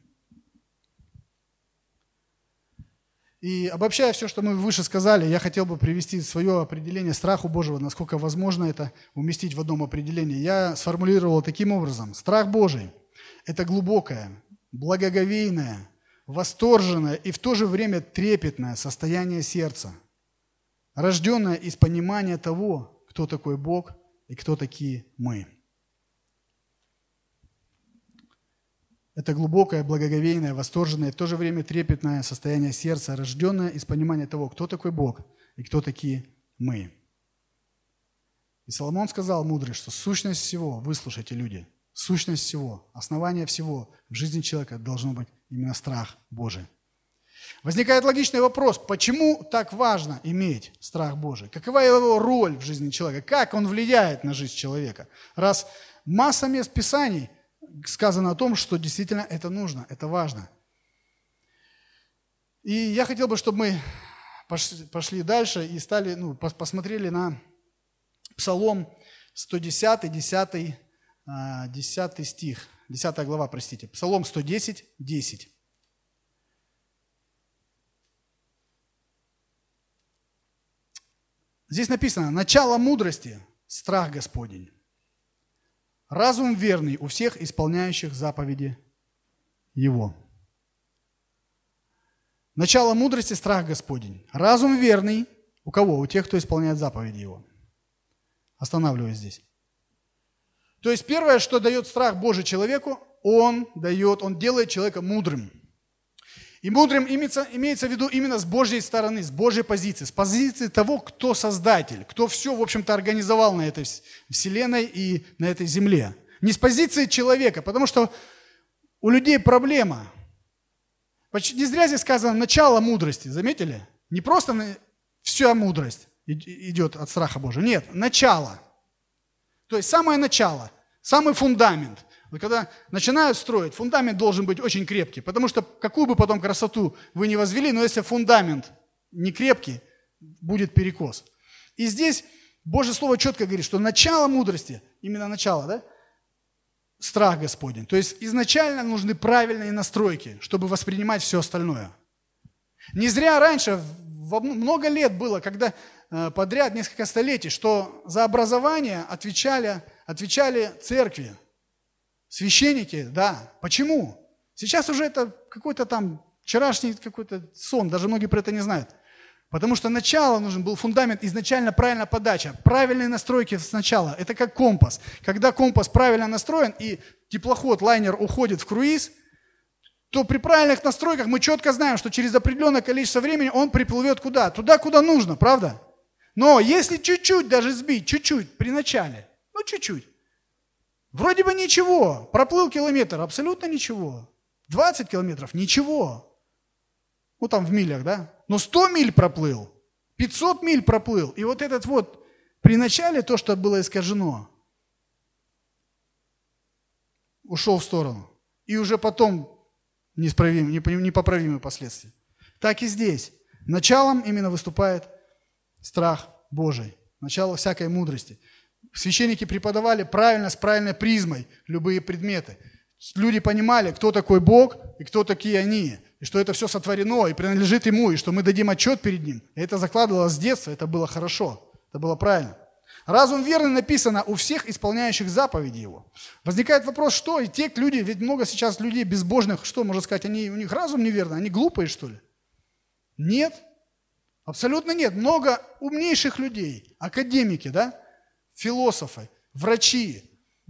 И обобщая все, что мы выше сказали, я хотел бы привести свое определение страху Божьего, насколько возможно это уместить в одном определении. Я сформулировал таким образом. Страх Божий – это глубокое, благоговейное, восторженное и в то же время трепетное состояние сердца, рожденное из понимания того, кто такой Бог и кто такие мы. Это глубокое, благоговейное, восторженное, и в то же время трепетное состояние сердца, рожденное из понимания того, кто такой Бог и кто такие мы. И Соломон сказал, мудрый, что сущность всего, выслушайте, люди, сущность всего, основание всего в жизни человека должно быть именно страх Божий. Возникает логичный вопрос, почему так важно иметь страх Божий? Какова его роль в жизни человека? Как он влияет на жизнь человека? Раз масса мест Писаний сказано о том, что действительно это нужно, это важно. И я хотел бы, чтобы мы пошли дальше и посмотрели на Псалом 110, 10 стих, 10 глава, простите. Псалом 110, 10. Здесь написано: «Начало мудрости – страх Господень. Разум верный у всех исполняющих заповеди Его». Начало мудрости – страх Господень. Разум верный у кого? У тех, кто исполняет заповеди Его. Останавливаюсь здесь. То есть первое, что дает страх Божий человеку, он делает человека мудрым. И мудрым имеется в виду именно с Божьей стороны, с Божьей позиции, с позиции того, кто создатель, кто все, в общем-то, организовал на этой вселенной и на этой земле. Не с позиции человека, потому что у людей проблема. Не зря здесь сказано «начало мудрости», заметили? Не просто вся мудрость идет от страха Божьего, нет, начало. То есть самое начало, самый фундамент. Вот когда начинают строить, фундамент должен быть очень крепкий, потому что какую бы потом красоту вы ни возвели, но если фундамент не крепкий, будет перекос. И здесь Божье Слово четко говорит, что начало мудрости, именно начало, да, страх Господень. То есть изначально нужны правильные настройки, чтобы воспринимать все остальное. Не зря раньше, много лет было, когда подряд, несколько столетий, что за образование отвечали церкви. Священники, да. Почему? Сейчас уже это какой-то там вчерашний какой-то сон, даже многие про это не знают. Потому что начало нужен был фундамент, изначально правильная подача, правильные настройки сначала. Это как компас. Когда компас правильно настроен и теплоход, лайнер уходит в круиз, то при правильных настройках мы четко знаем, что через определенное количество времени он приплывет куда? Туда, куда нужно, правда? Но если чуть-чуть даже сбить, чуть-чуть при начале, чуть-чуть, вроде бы ничего, проплыл километр, абсолютно ничего. 20 километров, ничего. Там в милях, да? Но 100 миль проплыл, 500 миль проплыл. И вот этот вот, при начале то, что было искажено, ушел в сторону. И уже потом непоправимые последствия. Так и здесь. Началом именно выступает страх Божий. Начало всякой мудрости. Священники преподавали правильно, с правильной призмой любые предметы. Люди понимали, кто такой Бог и кто такие они. И что это все сотворено и принадлежит Ему, и что мы дадим отчет перед Ним. И это закладывалось с детства, это было хорошо, это было правильно. Разум верный написано у всех исполняющих заповеди Его. Возникает вопрос, что и те люди, ведь много сейчас людей безбожных, что можно сказать, у них разум неверный, они глупые, что ли? Нет, абсолютно нет. Много умнейших людей, академики, да, философы, врачи,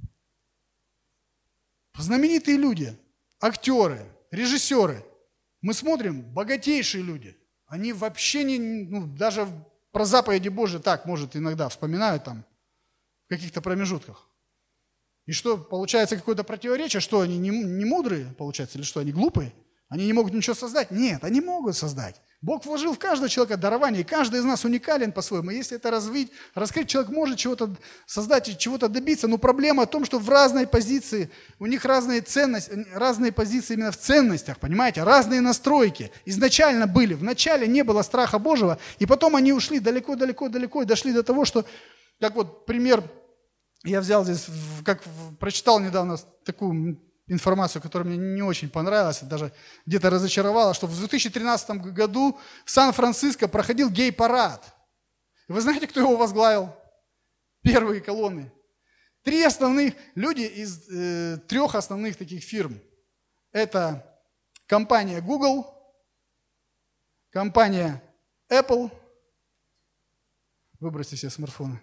знаменитые люди, актеры, режиссеры. Мы смотрим, богатейшие люди, они вообще даже про заповеди Божьи так, может, иногда вспоминают там в каких-то промежутках. И что, получается какое-то противоречие? Что, они не мудрые, получается, или что, они глупые? Они не могут ничего создать? Нет, они могут создать. Бог вложил в каждого человека дарование, и каждый из нас уникален по-своему. Если это раскрыть, человек может чего-то создать и чего-то добиться. Но проблема в том, что в разной позиции, у них разные ценности, разные позиции именно в ценностях, понимаете, разные настройки. Изначально были, вначале не было страха Божьего, и потом они ушли далеко-далеко-далеко и дошли до того, что Как вот пример, я взял здесь, прочитал недавно такую информацию, которая мне не очень понравилась, даже где-то разочаровала, что в 2013 году в Сан-Франциско проходил гей-парад. И вы знаете, кто его возглавил? Первые колонны. 3 основных люди из 3 основных таких фирм. Это компания Google, компания Apple, выбросьте все смартфоны,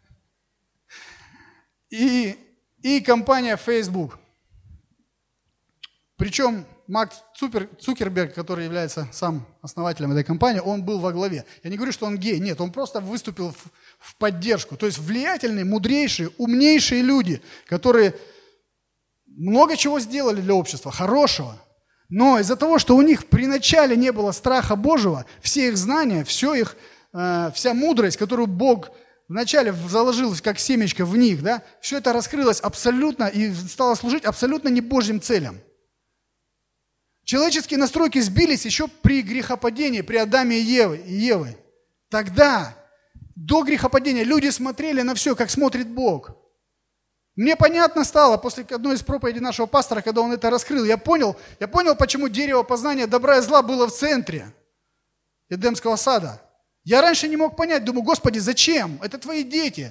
и компания Facebook. Причем Марк Цукерберг, который является сам основателем этой компании, он был во главе. Я не говорю, что он гей, нет, он просто выступил в поддержку. То есть влиятельные, мудрейшие, умнейшие люди, которые много чего сделали для общества, хорошего. Но из-за того, что у них при начале не было страха Божьего, все их знания, вся мудрость, которую Бог вначале заложил как семечко в них, да, все это раскрылось абсолютно и стало служить абсолютно не Божьим целям. Человеческие настройки сбились еще при грехопадении, при Адаме и Еве. Тогда, до грехопадения, люди смотрели на все, как смотрит Бог. Мне понятно стало после одной из проповедей нашего пастора, когда он это раскрыл, я понял, почему дерево познания добра и зла было в центре Эдемского сада. Я раньше не мог понять, думаю, Господи, зачем? Это твои дети.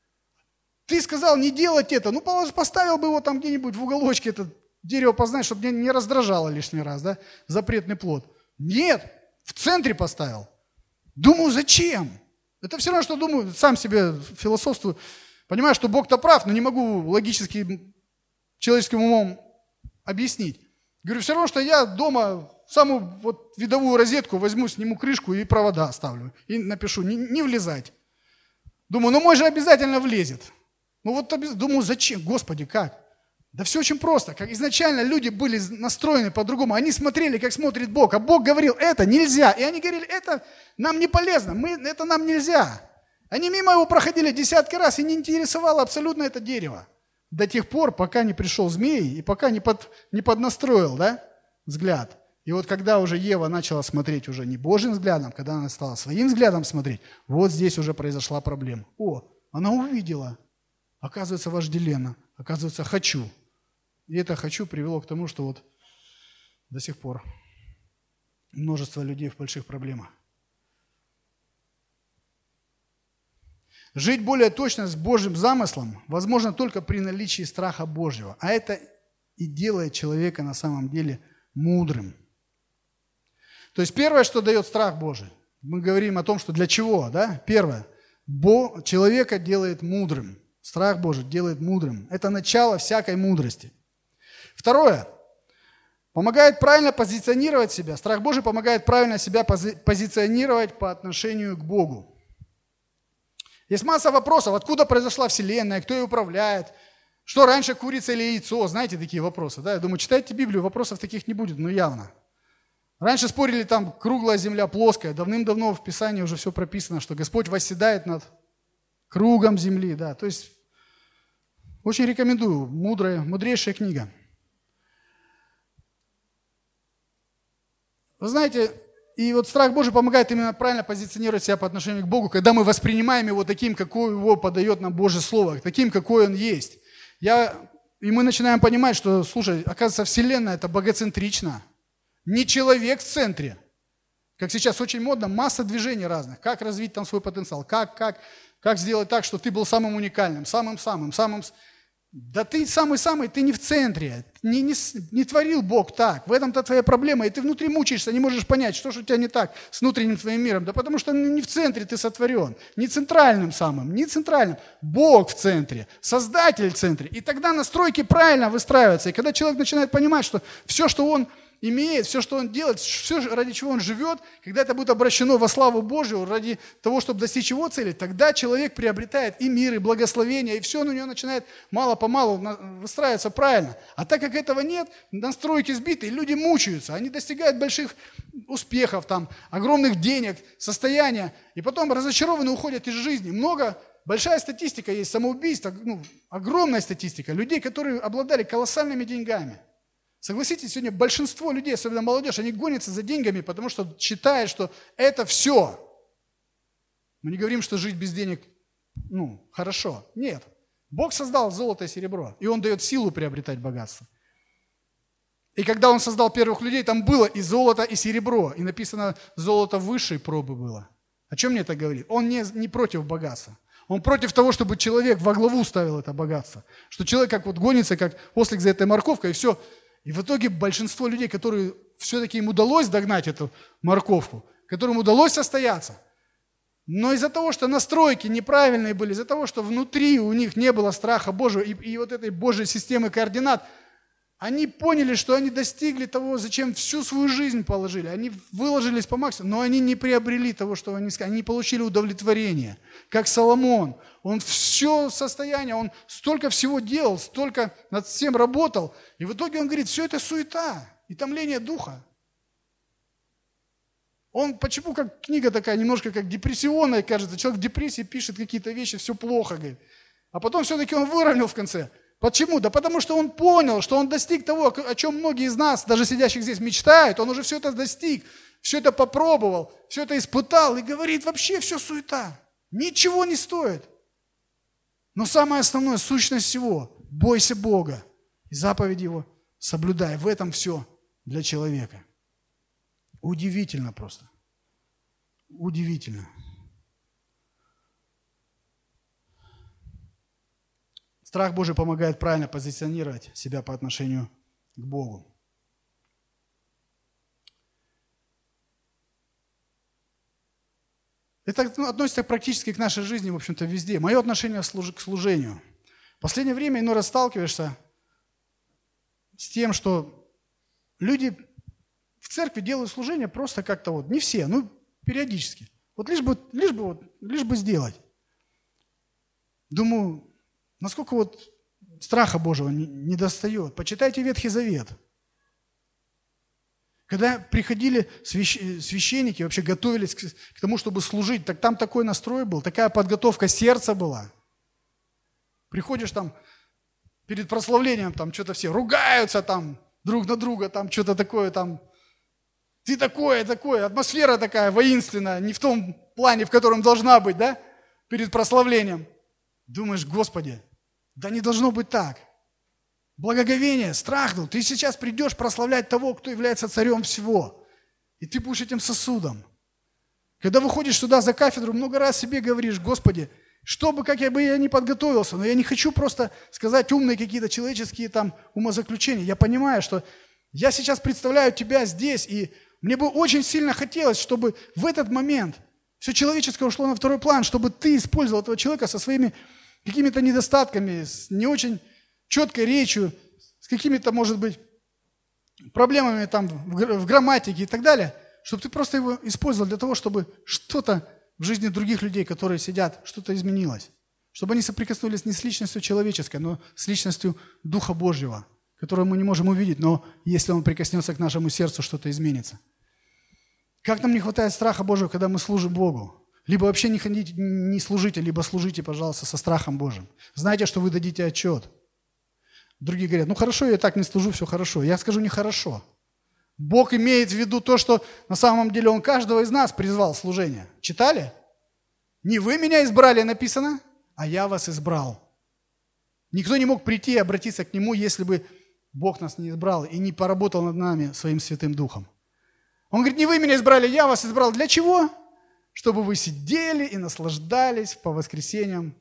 Ты сказал не делать это, поставил бы его там где-нибудь в уголочке, это дерево познания, чтобы меня не раздражало лишний раз, да, запретный плод. Нет, в центре поставил. Думаю, зачем? Это все равно, что думаю, сам себе философствую. Понимаю, что Бог-то прав, но не могу логически, человеческим умом объяснить. Говорю, все равно, что я дома самую видовую розетку возьму, сниму крышку и провода оставлю. И напишу, не влезать. Думаю, мой же обязательно влезет. Думаю, зачем? Господи, как? Да все очень просто. Как изначально люди были настроены по-другому. Они смотрели, как смотрит Бог. А Бог говорил, это нельзя. И они говорили, это нам не полезно, это нам нельзя. Они мимо его проходили десятки раз и не интересовало абсолютно это дерево. До тех пор, пока не пришел змей и пока не поднастроил, да, взгляд. И когда уже Ева начала смотреть уже не Божьим взглядом, когда она стала своим взглядом смотреть, вот здесь уже произошла проблема. Она увидела. Оказывается, вожделенно. Оказывается, хочу. И это «хочу» привело к тому, что до сих пор множество людей в больших проблемах. Жить более точно с Божьим замыслом возможно только при наличии страха Божьего. А это и делает человека на самом деле мудрым. То есть первое, что дает страх Божий, мы говорим о том, что для чего, да? Первое, человека делает мудрым. Страх Божий делает мудрым. Это начало всякой мудрости. Второе. Помогает правильно позиционировать себя. Страх Божий помогает правильно себя позиционировать по отношению к Богу. Есть масса вопросов. Откуда произошла Вселенная? Кто ее управляет? Что раньше, курица или яйцо? Знаете такие вопросы? Да? Я думаю, читайте Библию, вопросов таких не будет, явно. Раньше спорили, там круглая земля, плоская. Давным-давно в Писании уже все прописано, что Господь восседает над кругом земли. Да? То есть очень рекомендую. Мудрейшая книга. Вы знаете, и страх Божий помогает именно правильно позиционировать себя по отношению к Богу, когда мы воспринимаем Его таким, какой Его подает нам Божье Слово, таким, какой Он есть. И мы начинаем понимать, что, слушай, оказывается, Вселенная – это богоцентрично. Не человек в центре. Как сейчас очень модно, масса движений разных. Как развить там свой потенциал, как сделать так, чтобы ты был самым уникальным, самым-самым. Да ты самый-самый, ты не в центре. Не творил Бог так. В этом-то твоя проблема. И ты внутри мучаешься, не можешь понять, что же у тебя не так с внутренним твоим миром. Да потому что не в центре ты сотворен. Не центральным самым, не центральным. Бог в центре, Создатель в центре. И тогда настройки правильно выстраиваются. И когда человек начинает понимать, что все, что он имеет, все, что он делает, все, ради чего он живет, когда это будет обращено во славу Божию, ради того, чтобы достичь его цели, тогда человек приобретает и мир, и благословение, и все на него начинает мало-помалу выстраиваться правильно. А так как этого нет, настройки сбиты, люди мучаются, они достигают больших успехов, огромных денег, состояния, и потом разочарованно уходят из жизни. Большая статистика есть самоубийств, огромная статистика людей, которые обладали колоссальными деньгами. Согласитесь, сегодня большинство людей, особенно молодежь, они гонятся за деньгами, потому что считают, что это все. Мы не говорим, что жить без денег хорошо. Нет. Бог создал золото и серебро, и Он дает силу приобретать богатство. И когда Он создал первых людей, там было и золото, и серебро. И написано, золото высшей пробы было. О чем мне это говорит? Он не против богатства. Он против того, чтобы человек во главу ставил это богатство. Что человек как гонится, как ослик за этой морковкой, и все. И в итоге большинство людей, которые все-таки им удалось догнать эту морковку, которым удалось состояться, но из-за того, что настройки неправильные были, из-за того, что внутри у них не было страха Божьего и вот этой Божьей системы координат, они поняли, что они достигли того, зачем всю свою жизнь положили. Они выложились по максимуму, но они не приобрели того, что они сказали. Они не получили удовлетворение. Как Соломон. Он все состояние, он столько всего делал, столько над всем работал. И в итоге он говорит, все это суета и томление духа. Он, почему как книга такая, немножко как депрессионная, кажется. Человек в депрессии пишет какие-то вещи, все плохо, говорит. А потом все-таки он выровнял в конце. Почему? Да потому что он понял, что он достиг того, о чем многие из нас, даже сидящих здесь, мечтают. Он уже все это достиг, все это попробовал, все это испытал и говорит, вообще все суета, ничего не стоит. Но самое основное, сущность всего, бойся Бога и заповеди Его соблюдай. В этом все для человека. Удивительно просто. Удивительно. Страх Божий помогает правильно позиционировать себя по отношению к Богу. Это относится практически к нашей жизни, в общем-то, везде. Мое отношение к служению. В последнее время иной раз сталкиваешься с тем, что люди в церкви делают служение просто как-то не все, периодически. Лишь бы сделать. Думаю, насколько страха Божьего не достает. Почитайте Ветхий Завет. Когда приходили священники, вообще готовились к тому, чтобы служить, так там такой настрой был, такая подготовка сердца была. Приходишь там перед прославлением, там что-то все ругаются там друг на друга, там что-то такое там. Ты такое, атмосфера такая воинственная, не в том плане, в котором должна быть, да, перед прославлением. Думаешь, Господи, да не должно быть так. Благоговение, страх, ты сейчас придешь прославлять того, кто является царем всего. И ты будешь этим сосудом. Когда выходишь сюда за кафедру, много раз себе говоришь, Господи, как я бы не подготовился, но я не хочу просто сказать умные какие-то человеческие там умозаключения. Я понимаю, что я сейчас представляю Тебя здесь, и мне бы очень сильно хотелось, чтобы в этот момент все человеческое ушло на второй план, чтобы Ты использовал этого человека со своими какими-то недостатками, с не очень четкой речью, с какими-то, может быть, проблемами там в грамматике и так далее, чтобы ты просто его использовал для того, чтобы что-то в жизни других людей, которые сидят, что-то изменилось. Чтобы они соприкоснулись не с личностью человеческой, но с личностью Духа Божьего, которую мы не можем увидеть, но если Он прикоснется к нашему сердцу, что-то изменится. Как нам не хватает страха Божьего, когда мы служим Богу? Либо вообще не служите, либо служите, пожалуйста, со страхом Божьим. Знайте, что вы дадите отчет. Другие говорят, хорошо, я так не служу, все хорошо. Я скажу, нехорошо. Бог имеет в виду то, что на самом деле Он каждого из нас призвал в служение. Читали? Не вы меня избрали, написано, а я вас избрал. Никто не мог прийти и обратиться к Нему, если бы Бог нас не избрал и не поработал над нами Своим Святым Духом. Он говорит, не вы меня избрали, я вас избрал. Для чего? Чтобы вы сидели и наслаждались по воскресеньям.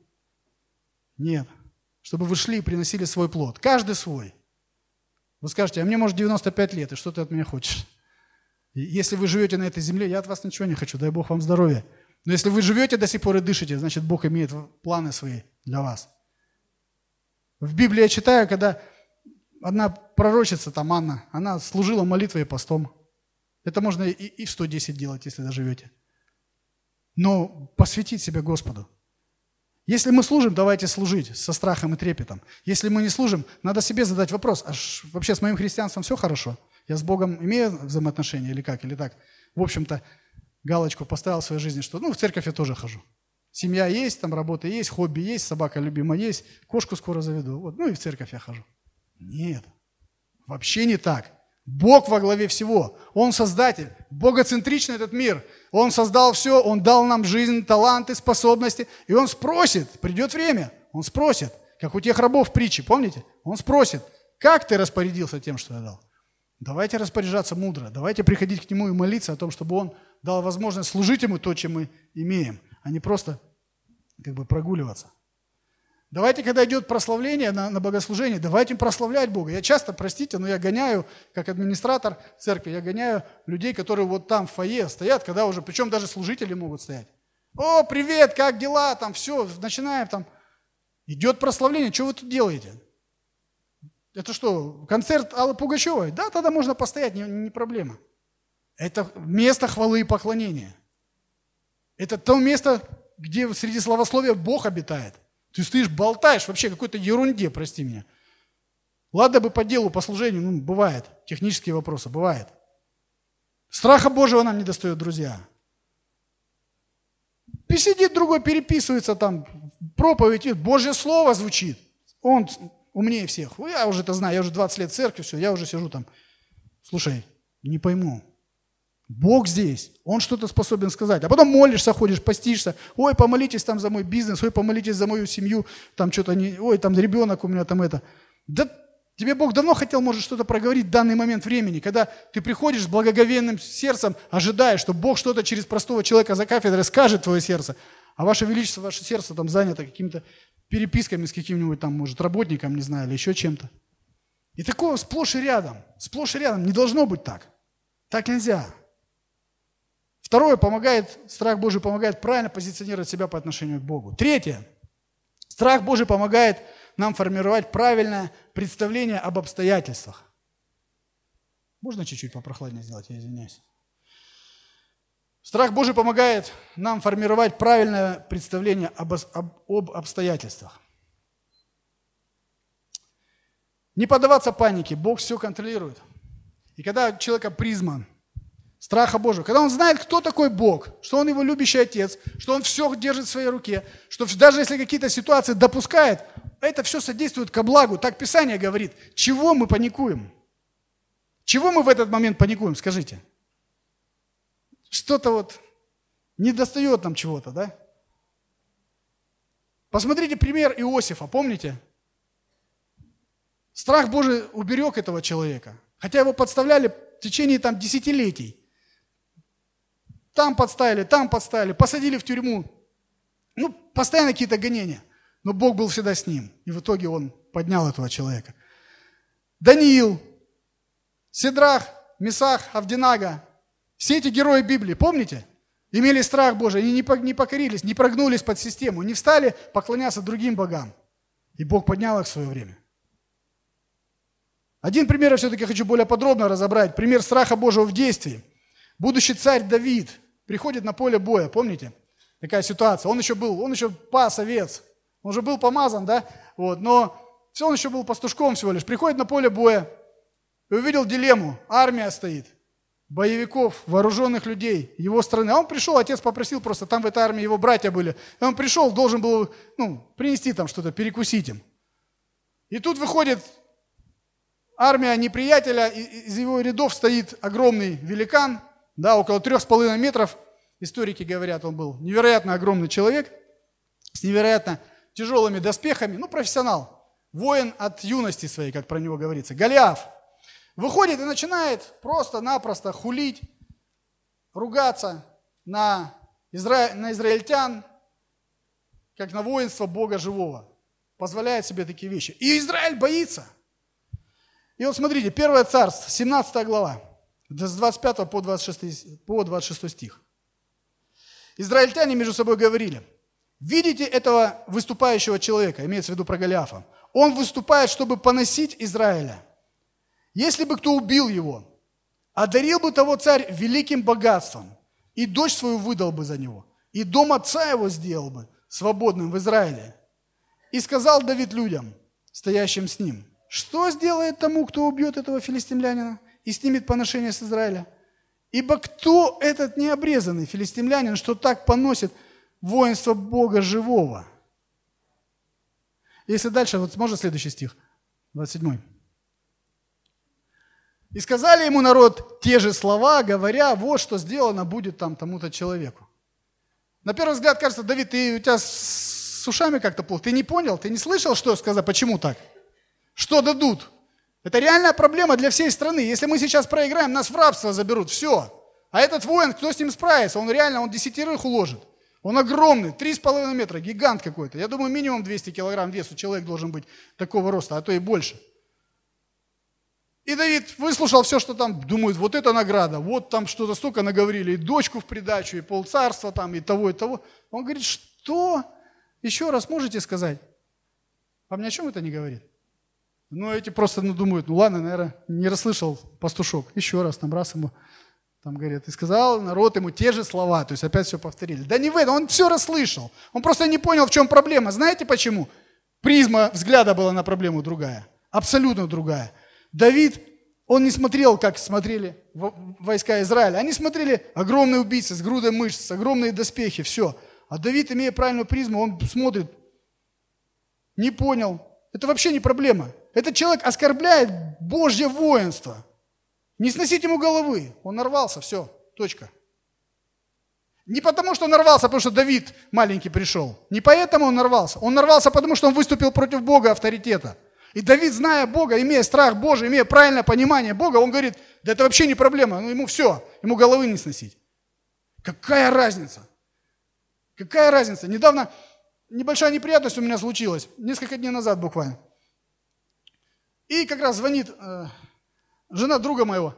Нет. Чтобы вы шли и приносили свой плод. Каждый свой. Вы скажете, а мне может 95 лет, и что ты от меня хочешь? И если вы живете на этой земле, я от вас ничего не хочу, дай Бог вам здоровья. Но если вы живете до сих пор и дышите, значит Бог имеет планы свои для вас. В Библии я читаю, когда одна пророчица, там Анна, она служила молитвой и постом. Это можно и в 110 делать, если доживете. Но посвятить себя Господу. Если мы служим, давайте служить со страхом и трепетом. Если мы не служим, надо себе задать вопрос, а вообще с моим христианством все хорошо? Я с Богом имею взаимоотношения или как? Или так? В общем-то, галочку поставил в своей жизни, что в церковь я тоже хожу. Семья есть, там работа есть, хобби есть, собака любимая есть, кошку скоро заведу. И в церковь я хожу. Нет, вообще не так. Бог во главе всего. Он создатель. Богоцентричный этот мир. Он создал все, Он дал нам жизнь, таланты, способности. И Он спросит, придет время, Он спросит, как у тех рабов в притче, помните? Он спросит, как ты распорядился тем, что я дал? Давайте распоряжаться мудро. Давайте приходить к Нему и молиться о том, чтобы Он дал возможность служить Ему то, чем мы имеем, а не просто прогуливаться. Давайте, когда идет прославление на богослужение, давайте прославлять Бога. Я часто, простите, но я гоняю, как администратор церкви, я гоняю людей, которые вот там в фойе стоят, когда уже, причем даже служители могут стоять. О, привет, как дела? Там все, начинаем там. Идет прославление, что вы тут делаете? Это что, концерт Аллы Пугачевой? Да, тогда можно постоять, не проблема. Это место хвалы и поклонения. Это то место, где среди славословия Бог обитает. Ты стоишь, болтаешь вообще какой-то ерунде, прости меня. Ладно бы по делу, по служению, бывает. Технические вопросы, бывает. Страха Божьего нам не достает, друзья. Сидит другой, переписывается там, проповедь, Божье Слово звучит. Он умнее всех. Я уже это знаю, я уже 20 лет в церкви, все, я уже сижу там. Слушай, не пойму. Бог здесь, Он что-то способен сказать. А потом молишься, ходишь, постишься. Ой, помолитесь там за мой бизнес, ой, помолитесь за мою семью, там что-то не, ой, там ребенок у меня там это. Да тебе Бог давно хотел, может, что-то проговорить в данный момент времени, когда ты приходишь с благоговейным сердцем, ожидая, что Бог что-то через простого человека за кафедрой скажет в твое сердце, а Ваше Величество, ваше сердце там занято какими-то переписками с каким-нибудь там, может, работником, не знаю, или еще чем-то. И такое сплошь и рядом, не должно быть так. Так нельзя. Второе, страх Божий помогает правильно позиционировать себя по отношению к Богу. Третье, страх Божий помогает нам формировать правильное представление об обстоятельствах. Можно чуть-чуть попрохладнее сделать, я извиняюсь. Страх Божий помогает нам формировать правильное представление об обстоятельствах. Не поддаваться панике, Бог все контролирует. И когда у человека призма страха Божьего, когда он знает, кто такой Бог, что Он его любящий Отец, что Он все держит в своей руке, что даже если какие-то ситуации допускает, это все содействует ко благу. Так Писание говорит. Чего мы паникуем? Чего мы в этот момент паникуем, скажите? Что-то вот не достает нам чего-то, да? Посмотрите пример Иосифа, помните? Страх Божий уберег этого человека, хотя его подставляли в течение десятилетий. Там подставили, посадили в тюрьму. Постоянно какие-то гонения. Но Бог был всегда с ним. И в итоге Он поднял этого человека. Даниил, Сидрах, Месах, Авдинага. Все эти герои Библии, помните? Имели страх Божий. Они не покорились, не прогнулись под систему. Не встали поклоняться другим богам. И Бог поднял их в свое время. Один пример я все-таки хочу более подробно разобрать. Пример страха Божьего в действии. Будущий царь Давид приходит на поле боя, помните? Такая ситуация. Он еще пас овец. Он уже был помазан, да? Но он еще был пастушком всего лишь. Приходит на поле боя и увидел дилемму. Армия стоит. Боевиков, вооруженных людей его страны. А он пришел, отец попросил просто, там в этой армии его братья были. И он пришел, должен был принести там что-то, перекусить им. И тут выходит армия неприятеля, из его рядов стоит огромный великан, да, около 3,5 метров. Историки говорят, он был невероятно огромный человек, с невероятно тяжелыми доспехами, профессионал, воин от юности своей, как про него говорится, Голиаф. Выходит и начинает просто-напросто хулить, ругаться на израильтян, как на воинство Бога живого. Позволяет себе такие вещи. И Израиль боится. И вот смотрите, 1 Царств, 17 глава, с 25 по 26 стих. Израильтяне между собой говорили: видите этого выступающего человека, имеется в виду про Голиафа. Он выступает, чтобы поносить Израиля. Если бы кто убил его, одарил бы того царь великим богатством, и дочь свою выдал бы за него, и дом отца его сделал бы свободным в Израиле. И сказал Давид людям, стоящим с ним: что сделает тому, кто убьет этого филистимлянина и снимет поношение с Израиля? Ибо кто этот необрезанный филистимлянин, что так поносит воинство Бога живого? Если дальше, можно следующий стих, 27. И сказали ему народ те же слова, говоря, вот что сделано будет там тому-то человеку. На первый взгляд кажется, Давид, у тебя с ушами как-то плохо. Ты не понял, ты не слышал, что сказал, почему так? Что дадут? Это реальная проблема для всей страны. Если мы сейчас проиграем, нас в рабство заберут, все. А этот воин, кто с ним справится? Он 10 уложит. Он огромный, 3,5 метра, гигант какой-то. Я думаю, минимум 200 килограмм весу человек должен быть такого роста, а то и больше. И Давид выслушал все, что там, думает, вот это награда, вот там что-то столько наговорили, и дочку в придачу, и полцарства там, и того, и того. Он говорит, что? Еще раз можете сказать? Вам ни о чем это не говорит? Ну, эти просто думают, ладно, наверное, не расслышал пастушок. Еще раз, там раз ему, там говорят, и сказал народ ему те же слова, то есть опять все повторили. Да не в этом, он все расслышал. Он просто не понял, в чем проблема. Знаете почему? Призма взгляда была на проблему другая, абсолютно другая. Давид, он не смотрел, как смотрели войска Израиля. Они смотрели огромные убийцы с грудой мышц, огромные доспехи, все. А Давид, имея правильную призму, он смотрит, не понял. Это вообще не проблема. Этот человек оскорбляет Божье воинство. Не сносить ему головы. Он нарвался, все, точка. Не потому, что он нарвался, потому что Давид маленький пришел. Не поэтому он нарвался. Он нарвался, потому что он выступил против Бога авторитета. И Давид, зная Бога, имея страх Божий, имея правильное понимание Бога, он говорит, да это вообще не проблема, ему все, ему головы не сносить. Какая разница? Какая разница? Недавно небольшая неприятность у меня случилась, несколько дней назад буквально. И как раз звонит жена друга моего.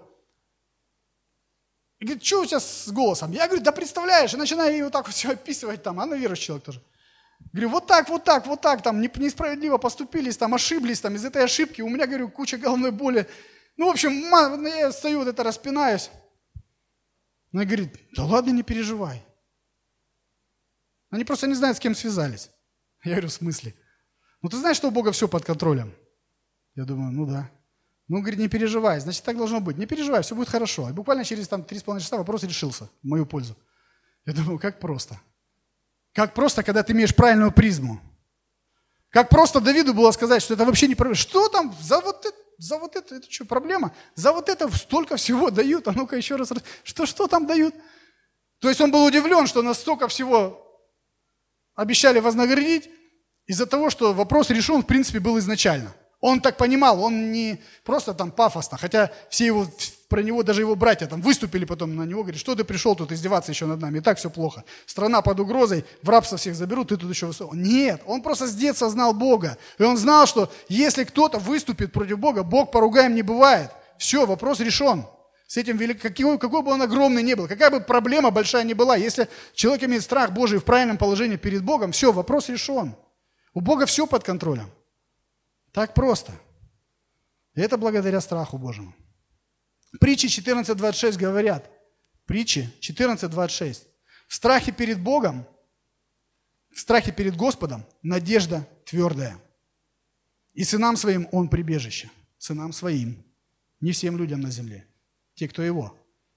И говорит, что у тебя с голосом? Я говорю, да представляешь, и начинаю ей вот так вот все описывать там, она верующий человек тоже. Говорю, вот так, там несправедливо поступились, там ошиблись, там из этой ошибки у меня, говорю, куча головной боли. Ну, в общем, я стою, вот это распинаюсь. Она говорит, да ладно, не переживай. Они просто не знают, с кем связались. Я говорю, в смысле? Ну, ты знаешь, что у Бога все под контролем? Я думаю, ну да. Ну, говорит, не переживай, значит, так должно быть. Не переживай, все будет хорошо. И буквально через 3,5 часа вопрос решился в мою пользу. Я думаю, как просто. Как просто, когда ты имеешь правильную призму. Как просто Давиду было сказать, что это вообще не проблема. Что там за вот это что, проблема? За вот это столько всего дают. А ну-ка еще раз. Что там дают? То есть он был удивлен, что настолько всего обещали вознаградить из-за того, что вопрос решен, в принципе, был изначально. Он так понимал, он не просто там пафосно, хотя все про него, даже его братья там выступили потом на него, говорят, что ты пришел тут издеваться еще над нами, и так все плохо. Страна под угрозой, в рабство всех заберут, ты тут еще высоко. Нет, он просто с детства знал Бога. И он знал, что если кто-то выступит против Бога, Бог поругаем не бывает. Все, вопрос решен. С этим какой бы он огромный ни был, какая бы проблема большая ни была, если человек имеет страх Божий в правильном положении перед Богом, все, вопрос решен. У Бога все под контролем. Так просто. И это благодаря страху Божьему. Притчи 14.26 говорят, притчи 14.26, в страхе перед Богом, в страхе перед Господом надежда твердая. И сынам своим он прибежище. Сынам своим, не всем людям на земле, те, кто его.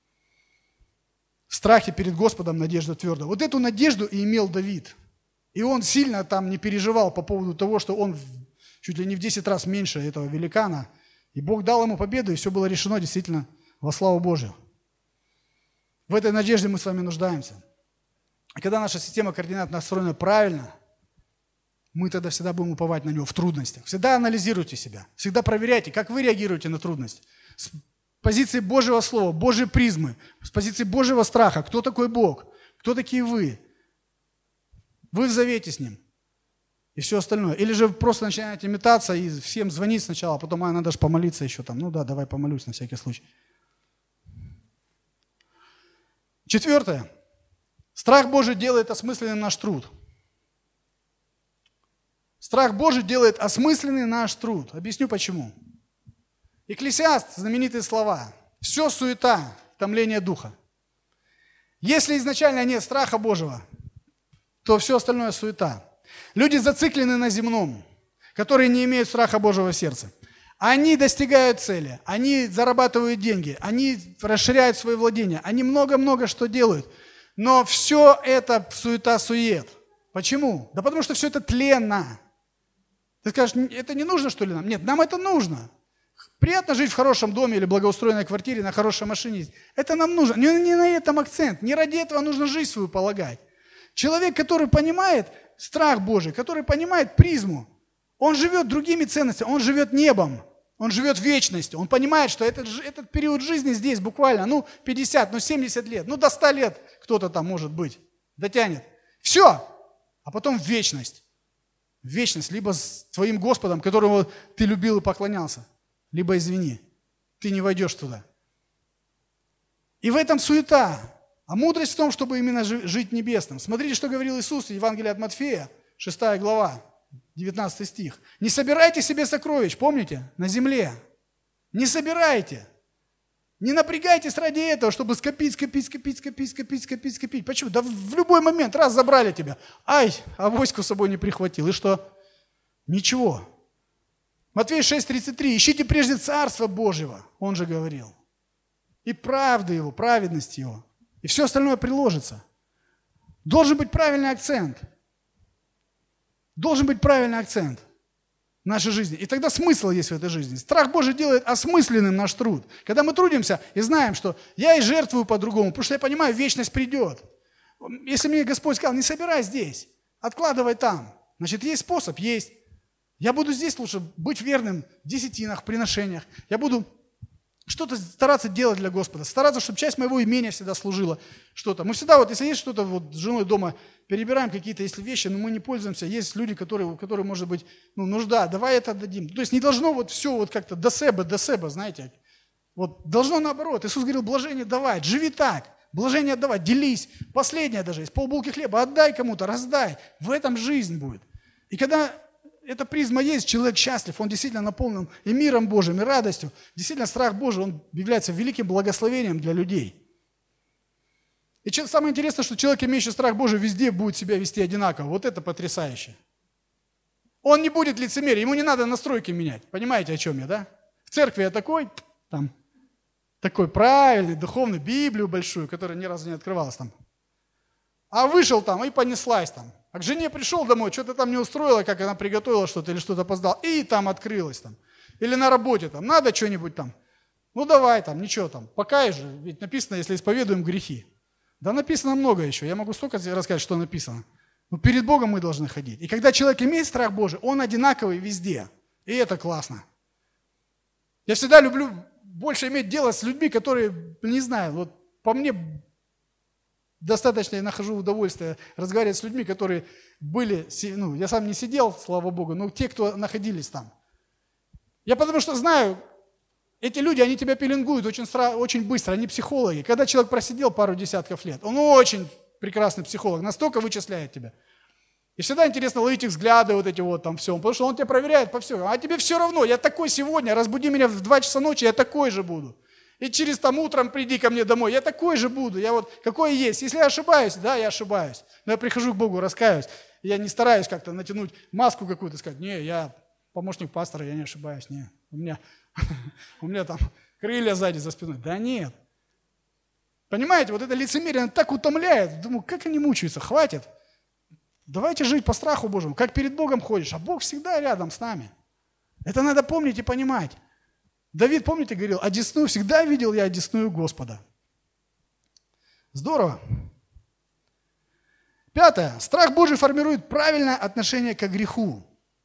В страхе перед Господом надежда твердая. Вот эту надежду и имел Давид. И он сильно там не переживал по поводу того, что он чуть ли не в 10 раз меньше этого великана. И Бог дал ему победу, и все было решено действительно во славу Божию. В этой надежде мы с вами нуждаемся. И когда наша система координат настроена правильно, мы тогда всегда будем уповать на Него в трудностях. Всегда анализируйте себя, всегда проверяйте, как вы реагируете на трудность. С позиции Божьего Слова, Божьей призмы, с позиции Божьего страха. Кто такой Бог? Кто такие вы? Вы в завете с Ним. И все остальное. Или же просто начинаете метаться и всем звонить сначала, а потом, надо же помолиться еще там. Ну да, давай помолюсь на всякий случай. 4. Страх Божий делает осмысленным наш труд. Страх Божий делает осмысленный наш труд. Объясню почему. Экклесиаст, знаменитые слова. Все суета, томление духа. Если изначально нет страха Божьего, то все остальное суета. Люди зациклены на земном, которые не имеют страха Божьего в сердце. Они достигают цели, они зарабатывают деньги, они расширяют свои владения, они много-много что делают. Но все это суета-сует. Почему? Да потому что все это тленно. Ты скажешь, это не нужно, что ли, нам? Нет, нам это нужно. Приятно жить в хорошем доме или благоустроенной квартире, на хорошей машине. Это нам нужно. Не на этом акцент. Не ради этого нужно жизнь свою полагать. Человек, который понимает страх Божий, который понимает призму, он живет другими ценностями, он живет небом, он живет вечностью. Он понимает, что этот период жизни здесь буквально, 50, 70 лет, до 100 лет кто-то там может быть, дотянет. Все. А потом в вечность. В вечность. Либо с твоим Господом, которому ты любил и поклонялся. Либо извини, ты не войдешь туда. И в этом суета. А мудрость в том, чтобы именно жить небесным. Смотрите, что говорил Иисус в Евангелии от Матфея, 6 глава, 19 стих. «Не собирайте себе сокровищ», помните, на земле. Не собирайте. Не напрягайтесь ради этого, чтобы скопить. Почему? Да в любой момент, раз забрали тебя. Авоську с собой не прихватил. И что? Ничего. Матфея 6:33. «Ищите прежде Царство Божьего», он же говорил, «и правду Его, праведность Его, и все остальное приложится». Должен быть правильный акцент. Должен быть правильный акцент в нашей жизни. И тогда смысл есть в этой жизни. Страх Божий делает осмысленным наш труд. Когда мы трудимся и знаем, что я и жертвую по-другому, потому что я понимаю, вечность придет. Если мне Господь сказал, не собирай здесь, откладывай там, значит, есть способ, есть. Я буду здесь лучше быть верным в десятинах, в приношениях. Я буду что-то стараться делать для Господа, стараться, чтобы часть моего имения всегда служила что-то. Мы всегда, если есть что-то, с женой дома перебираем какие-то, если вещи, но мы не пользуемся. Есть люди, у которых может быть нужда, давай это отдадим. То есть не должно все как-то до себя, знаете. Должно наоборот. Иисус говорил, блажение давай, живи так, блажение отдавай, делись. Последнее даже есть, полбулки хлеба отдай кому-то, раздай. В этом жизнь будет. И когда эта призма есть, человек счастлив, он действительно наполнен и миром Божьим, и радостью. Действительно, страх Божий, он является великим благословением для людей. И самое интересное, что человек, имеющий страх Божий, везде будет себя вести одинаково. Вот это потрясающе. Он не будет лицемерить, ему не надо настройки менять. Понимаете, о чем я, да? В церкви я такой правильный, духовный, Библию большую, которая ни разу не открывалась там. А вышел там и понеслась там. А к жене пришел домой, что-то там не устроило, как она приготовила что-то или что-то опоздала, и там открылось там. Или на работе там, надо что-нибудь там. Давай там, ничего там, покай же, ведь написано, если исповедуем грехи. Да написано много еще, я могу столько рассказать, что написано. Но перед Богом мы должны ходить. И когда человек имеет страх Божий, он одинаковый везде. И это классно. Я всегда люблю больше иметь дело с людьми, которые, не знаю, по мне достаточно, я нахожу удовольствие разговаривать с людьми, которые были, я сам не сидел, слава Богу, но те, кто находились там. Я потому что знаю, эти люди, они тебя пеленгуют очень быстро, они психологи. Когда человек просидел пару десятков лет, он очень прекрасный психолог, настолько вычисляет тебя. И всегда интересно ловить их взгляды, все, потому что он тебя проверяет по всему. А тебе все равно, я такой сегодня, разбуди меня в 2 часа ночи, я такой же буду. И через утром приди ко мне домой, я такой же буду, я какой есть. Если я ошибаюсь, да, я ошибаюсь. Но я прихожу к Богу, раскаюсь. Я не стараюсь как-то натянуть маску какую-то, сказать, не, я помощник пастора, я не ошибаюсь, не. У меня там крылья сзади за спиной. Да нет. Понимаете, это лицемерие так утомляет. Думаю, как они мучаются, хватит. Давайте жить по страху Божьему. Как перед Богом ходишь, а Бог всегда рядом с нами. Это надо помнить и понимать. Давид, помните, говорил, одесную всегда видел я одесную Господа. Здорово. 5. Страх Божий формирует правильное отношение к греху.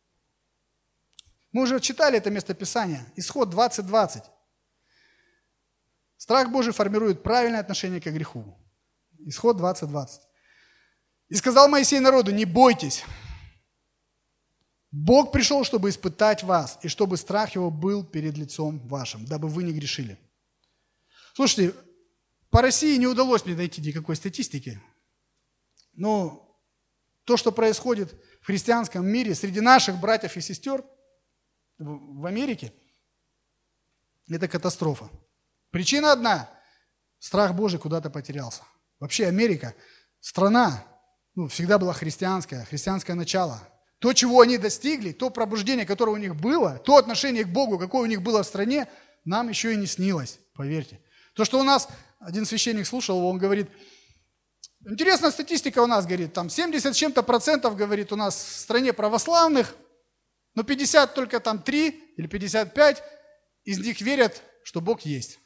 Мы уже читали это местописание. Исход 20:20. Страх Божий формирует правильное отношение к греху. Исход 20:20. «И сказал Моисей народу, не бойтесь. Бог пришел, чтобы испытать вас, и чтобы страх Его был перед лицом вашим, дабы вы не грешили». Слушайте, по России не удалось мне найти никакой статистики, но то, что происходит в христианском мире среди наших братьев и сестер в Америке, это катастрофа. Причина одна – страх Божий куда-то потерялся. Вообще Америка, страна, всегда была христианское начало. То, чего они достигли, то пробуждение, которое у них было, то отношение к Богу, какое у них было в стране, нам еще и не снилось, поверьте. То, что у нас, один священник слушал, он говорит, интересная статистика у нас, говорит, там 70 с чем-то процентов, говорит, у нас в стране православных, но 50 только там 3 или 55 из них верят, что Бог есть.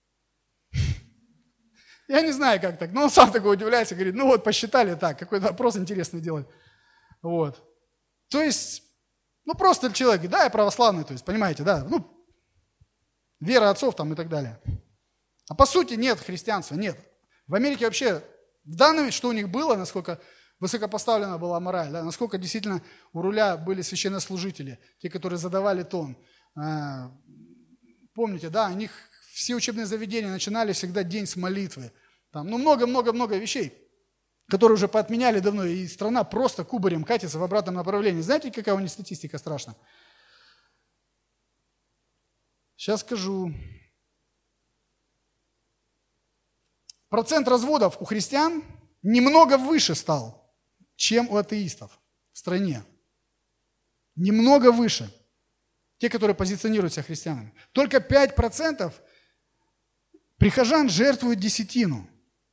Я не знаю, как так, но он сам такой удивляется, говорит, ну вот посчитали так, какой-то опрос интересный делать. Вот. То есть, ну просто человек, да, я православный, то есть, понимаете, да, ну, вера отцов там и так далее. А по сути нет христианства, нет. В Америке вообще, в данном, что у них было, насколько высокопоставлена была мораль, да, насколько действительно у руля были священнослужители, те, которые задавали тон. Помните, да, у них все учебные заведения начинали всегда день с молитвы. Там, ну, много-много-много вещей, которые уже поотменяли давно, и страна просто кубарем катится в обратном направлении. Знаете, какая у них статистика страшная? Сейчас скажу. Процент разводов у христиан немного выше стал, чем у атеистов в стране. Немного выше. Те, которые позиционируют себя христианами. Только 5% прихожан жертвуют десятину.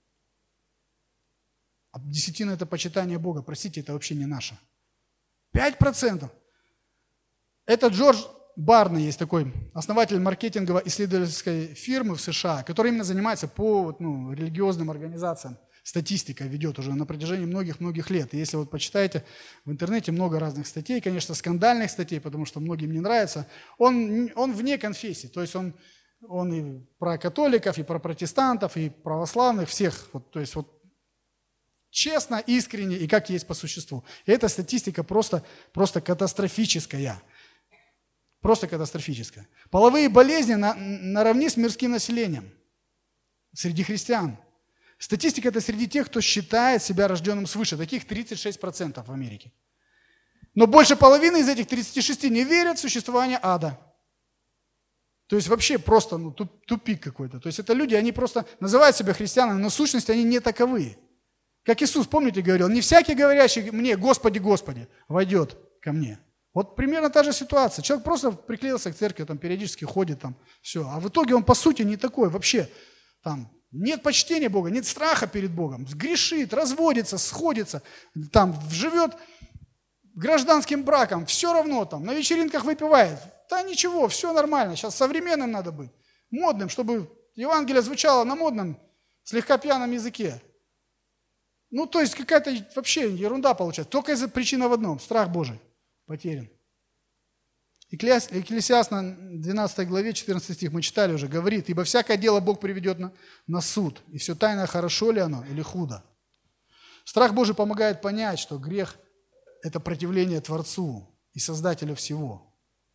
А десятина – это почитание Бога. Простите, это вообще не наше. 5%. Это Джордж Барна, есть такой основатель маркетингово-исследовательской фирмы в США, который именно занимается по религиозным организациям. Статистика ведет уже на протяжении многих-многих лет. И если вот почитаете в интернете много разных статей, конечно, скандальных статей, потому что многим не нравится, он вне конфессии, то есть он и про католиков, и про протестантов, и православных, всех, вот, то есть вот честно, искренне и как есть по существу. И эта статистика просто катастрофическая. Просто катастрофическая. Половые болезни наравне с мирским населением среди христиан. Статистика это среди тех, кто считает себя рожденным свыше. Таких 36% в Америке. Но больше половины из этих 36 не верят в существование ада. То есть вообще просто тупик какой-то. То есть это люди, они просто называют себя христианами, но в сущности они не таковые. Как Иисус, помните, говорил, не всякий, говорящий мне, Господи, Господи, войдет ко мне. Вот примерно та же ситуация. Человек просто приклеился к церкви, там периодически ходит, там, все. А в итоге он по сути не такой вообще. Там нет почтения Бога, нет страха перед Богом. Грешит, разводится, сходится, там, живет гражданским браком, все равно там, на вечеринках выпивает. Да ничего, все нормально, сейчас современным надо быть, модным, чтобы Евангелие звучало на модном, слегка пьяном языке. Ну, то есть какая-то вообще ерунда получается. Только из-за причины в одном – страх Божий потерян. Екклесиаст на 12 главе, 14 стих, мы читали уже, говорит, «Ибо всякое дело Бог приведет на суд, и все тайное, хорошо ли оно или худо». Страх Божий помогает понять, что грех – это противление Творцу и Создателю всего.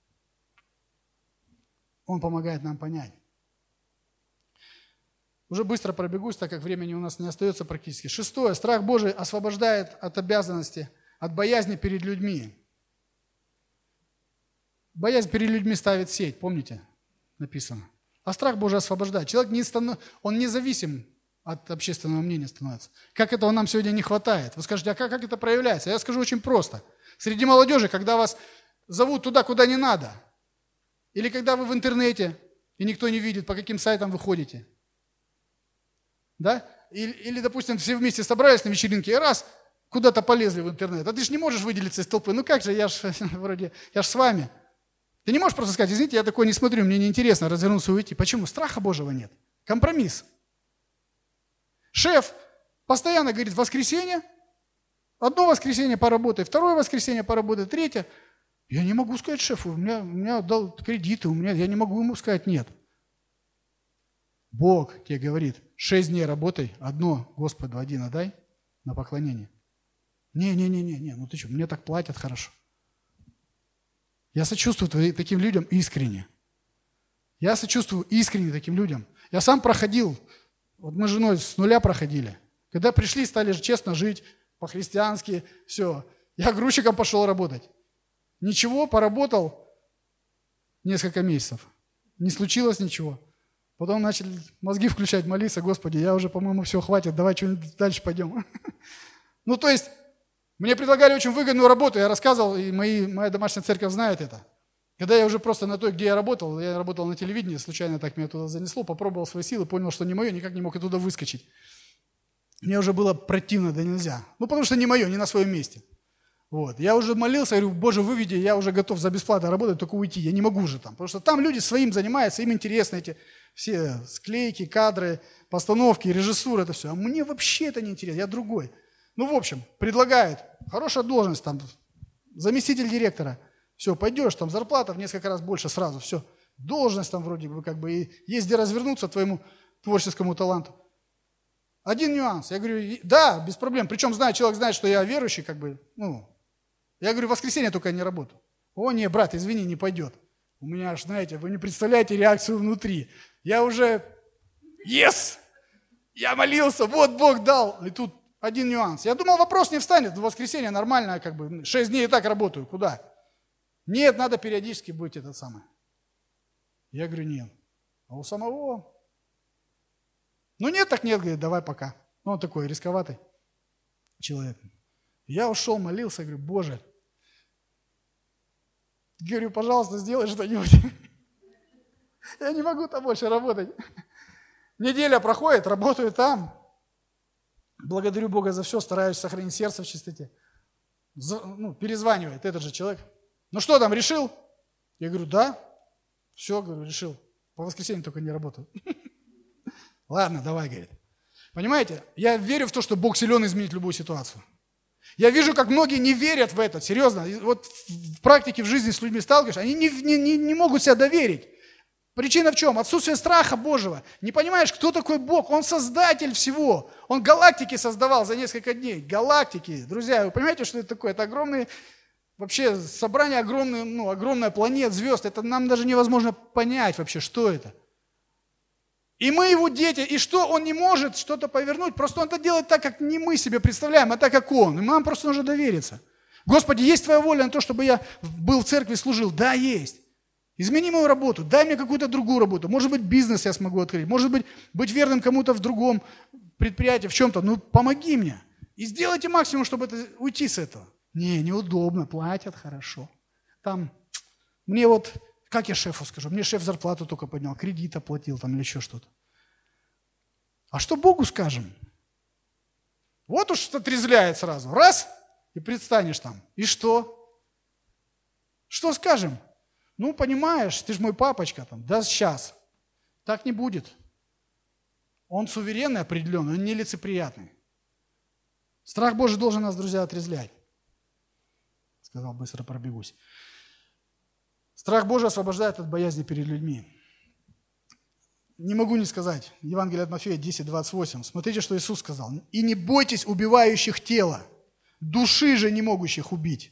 Он помогает нам понять. Уже быстро пробегусь, так как времени у нас не остается практически. 6. Страх Божий освобождает от обязанности, от боязни перед людьми. Боязнь перед людьми ставит сеть, помните? Написано. А страх Божий освобождает. Человек он независим от общественного мнения становится. Как этого нам сегодня не хватает? Вы скажете, а как это проявляется? Я скажу очень просто. Среди молодежи, когда вас зовут туда, куда не надо, или когда вы в интернете, и никто не видит, по каким сайтам вы ходите, да? Или, допустим, все вместе собрались на вечеринке и раз куда-то полезли в интернет. А ты же не можешь выделиться из толпы. Ну как же, я ж с вами. Ты не можешь просто сказать, извините, я такое не смотрю, мне неинтересно, развернуться и уйти. Почему? Страха Божьего нет. Компромисс. Шеф постоянно говорит, воскресенье, одно воскресенье поработай, второе воскресенье поработай, третье. Я не могу сказать шефу, у меня дал кредиты, я не могу ему сказать нет. Бог тебе говорит, 6 дней работай, одно Господу один отдай на поклонение. Не, ну ты что, мне так платят хорошо. Я сочувствую таким людям искренне. Я сочувствую искренне таким людям. Я сам проходил, вот мы с женой с нуля проходили. Когда пришли, стали честно жить, по-христиански, все. Я грузчиком пошел работать. Ничего, поработал несколько месяцев. Не случилось ничего. Потом начали мозги включать, молиться, Господи, я уже, по-моему, все, хватит, давай что-нибудь дальше пойдем. Ну, то есть, мне предлагали очень выгодную работу, я рассказывал, и моя домашняя церковь знает это. Когда я уже просто на той, где я работал на телевидении, случайно так меня туда занесло, попробовал свои силы, понял, что не мое, никак не мог оттуда выскочить. Мне уже было противно, да нельзя. Ну, потому что не мое, не на своем месте. Вот. Я уже молился, я говорю, Боже, выведи, я уже готов за бесплатно работать, только уйти, я не могу же там. Потому что там люди своим занимаются, им интересны эти все склейки, кадры, постановки, режиссура, это все. А мне вообще это не интересно, я другой. Ну, в общем, предлагают, хорошая должность, там, заместитель директора. Все, пойдешь, там зарплата в несколько раз больше сразу, все. Должность там вроде бы как бы, и есть где развернуться твоему творческому таланту. Один нюанс. Я говорю, да, без проблем. Причем человек знает, что я верующий, как бы, Я говорю, в воскресенье только не работаю. О, не, брат, извини, не пойдет. У меня аж, знаете, вы не представляете реакцию внутри. Я уже, yes! Я молился, вот Бог дал. И тут один нюанс. Я думал, вопрос не встанет. В воскресенье нормально, как бы, 6 дней и так работаю. Куда? Нет, надо периодически быть этот самый. Я говорю, нет. А у самого... нет, так нет, говорит, давай пока. Он такой рисковатый человек. Я ушел, молился, говорю, Боже, говорю, пожалуйста, сделай что-нибудь. Я не могу там больше работать. Неделя проходит, работаю там. Благодарю Бога за все, стараюсь сохранить сердце в чистоте. Перезванивает этот же человек. Ну что там, решил? Я говорю, да. Все, говорю, решил. По воскресеньям только не работаю. Ладно, давай, говорит. Понимаете, я верю в то, что Бог силен изменить любую ситуацию. Я вижу, как многие не верят в это, серьезно. Вот в практике, в жизни с людьми сталкиваешься, они не могут себя доверить. Причина в чем? Отсутствие страха Божьего. Не понимаешь, кто такой Бог? Он создатель всего. Он галактики создавал за несколько дней. Галактики. Друзья, вы понимаете, что это такое? Это огромные, вообще собрание огромная планет, звезд. Это нам даже невозможно понять вообще, что это. И мы его дети, и что он не может что-то повернуть, просто он это делает так, как не мы себе представляем, а так, как он. И нам просто нужно довериться. Господи, есть твоя воля на то, чтобы я был в церкви, служил? Да, есть. Измени мою работу, дай мне какую-то другую работу. Может быть, бизнес я смогу открыть, может быть верным кому-то в другом предприятии, в чем-то. Помоги мне. И сделайте максимум, чтобы уйти с этого. Неудобно, платят хорошо. Там, мне как я шефу скажу? Мне шеф зарплату только поднял, кредит оплатил там или еще что-то. А что Богу скажем? Вот уж отрезвляет сразу. Раз, и предстанешь там. И что? Что скажем? Понимаешь, ты же мой папочка там. Да, сейчас. Так не будет. Он суверенный определенный, он нелицеприятный. Страх Божий должен нас, друзья, отрезвлять. Сказал, быстро пробегусь. Страх Божий освобождает от боязни перед людьми. Не могу не сказать. Евангелие от Матфея 10:28. Смотрите, что Иисус сказал. «И не бойтесь убивающих тело, души же не могущих убить.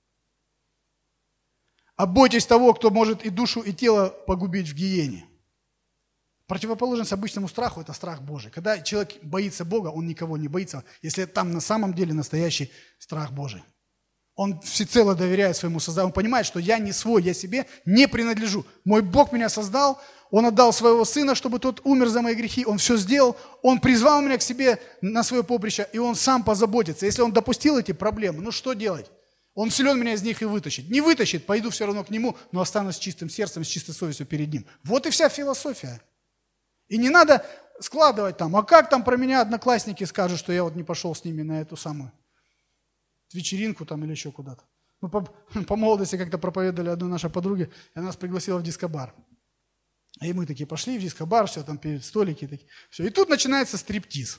А бойтесь того, кто может и душу, и тело погубить в гиене». Противоположность обычному страху – это страх Божий. Когда человек боится Бога, он никого не боится, если там на самом деле настоящий страх Божий. Он всецело доверяет своему Создателю. Он понимает, что я не свой, я себе не принадлежу. Мой Бог меня создал, Он отдал своего Сына, чтобы тот умер за мои грехи. Он все сделал, Он призвал меня к себе на свое поприще, и Он сам позаботится. Если Он допустил эти проблемы, что делать? Он силен меня из них и вытащит. Не вытащит, пойду все равно к Нему, но останусь с чистым сердцем, с чистой совестью перед Ним. Вот и вся философия. И не надо складывать там, а как там про меня одноклассники скажут, что я не пошел с ними на эту самую вечеринку там или еще куда-то. По молодости как-то проповедовали одной нашей подруге, и она нас пригласила в дискобар. И мы такие пошли в дискобар, все там перед столики такие. Все. И тут начинается стриптиз.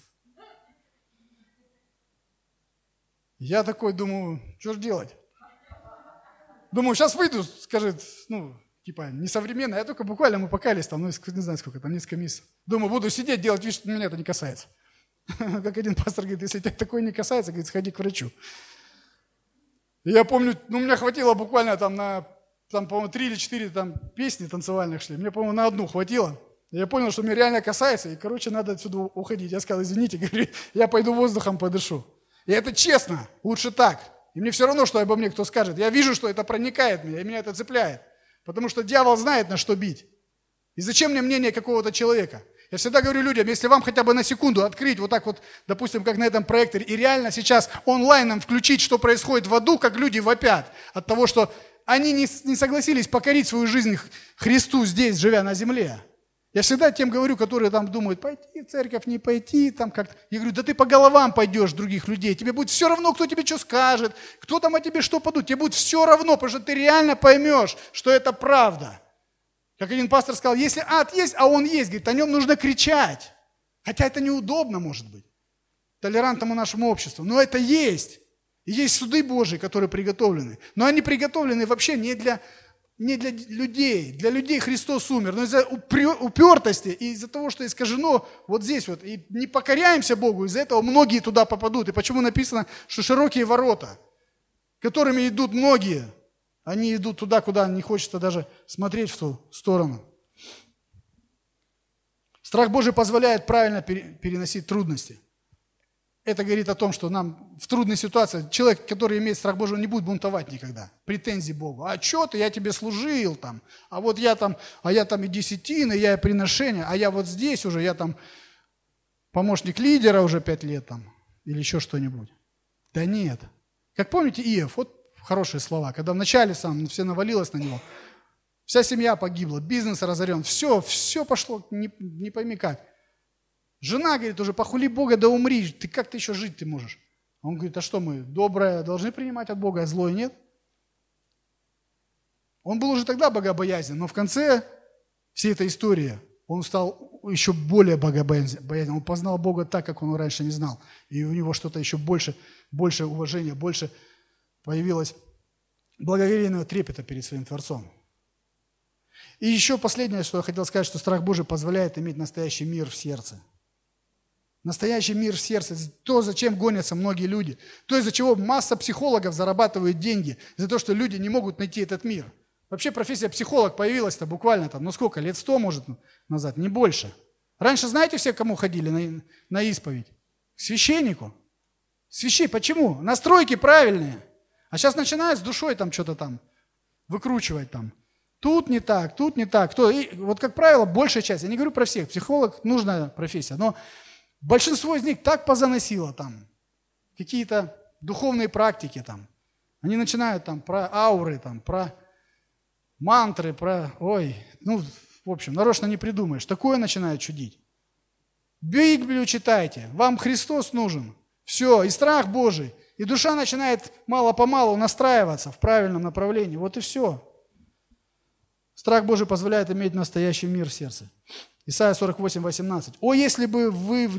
Я такой думаю, что же делать? Думаю, сейчас выйду, скажет, несовременно. Я только буквально мы покаялись там, не знаю сколько, там несколько месяцев. Думаю, буду сидеть, делать вид, что меня это не касается. Как один пастор говорит, если тебя такое не касается, говорит, сходи к врачу. И я помню, меня хватило буквально по-моему, 3 или 4 песни танцевальных шли. Мне, по-моему, на одну хватило. И я понял, что меня реально касается, и, надо отсюда уходить. Я сказал, извините, говорю, я пойду воздухом подышу. И это честно, лучше так. И мне все равно, что обо мне кто скажет. Я вижу, что это проникает в меня, и меня это цепляет. Потому что дьявол знает, на что бить. И зачем мне мнение какого-то человека? Я всегда говорю людям, если вам хотя бы на секунду открыть, вот так вот, допустим, как на этом проекторе, и реально сейчас онлайном включить, что происходит в аду, как люди вопят от того, что они не согласились покорить свою жизнь Христу здесь, живя на земле. Я всегда тем говорю, которые там думают, пойти в церковь, не пойти, там как-то. Я говорю, да ты по головам пойдешь других людей, тебе будет все равно, кто тебе что скажет, кто там о тебе что подумает, тебе будет все равно, потому что ты реально поймешь, что это правда. Как один пастор сказал, если ад есть, а он есть, говорит, о нем нужно кричать. Хотя это неудобно, может быть, толерантному нашему обществу, но это есть. И есть суды Божьи, которые приготовлены. Но они приготовлены вообще не для людей. Для людей Христос умер. Но из-за упертости и из-за того, что искажено вот здесь вот, и не покоряемся Богу, из-за этого многие туда попадут. И почему написано, что широкие ворота, которыми идут многие, они идут туда, куда не хочется даже смотреть в ту сторону. Страх Божий позволяет правильно переносить трудности. Это говорит о том, что нам в трудной ситуации человек, который имеет страх Божий, не будет бунтовать никогда. Претензий Богу. А что ты, я тебе служил там, а вот я там и десятины, я и приношения, а я вот здесь уже, я там помощник лидера уже 5 лет там, или еще что-нибудь. Да нет. Как помните Иов, вот хорошие слова, когда вначале сам все навалилось на него, вся семья погибла, бизнес разорен, все пошло, не пойми как. Жена говорит уже, похули Бога, да умри, как ты еще жить ты можешь? Он говорит, а что мы, доброе должны принимать от Бога, а злое нет? Он был уже тогда богобоязнен, но в конце всей этой истории он стал еще более богобоязнен. Он познал Бога так, как он раньше не знал. И у него что-то еще больше уважения, больше появилось благоговейного трепета перед своим Творцом. И еще последнее, что я хотел сказать, что страх Божий позволяет иметь настоящий мир в сердце. Настоящий мир в сердце. То, зачем гонятся многие люди. То, из-за чего масса психологов зарабатывают деньги. Из-за того, что люди не могут найти этот мир. Вообще профессия психолог появилась-то буквально там, сколько, лет 100, может, назад, не больше. Раньше знаете все, к кому ходили на исповедь? К священнику. Почему? Настройки правильные. А сейчас начинают с душой там что-то там выкручивать там. Тут не так. И вот, как правило, большая часть, я не говорю про всех, психолог – нужная профессия, но большинство из них так позаносило там, какие-то духовные практики там. Они начинают там про ауры, там, про мантры, в общем, нарочно не придумаешь. Такое начинают чудить. Библию читайте, вам Христос нужен. Все, и страх Божий, и душа начинает мало-помалу настраиваться в правильном направлении. Вот и все. Страх Божий позволяет иметь настоящий мир в сердце. Исайя 48, 18. «О, если бы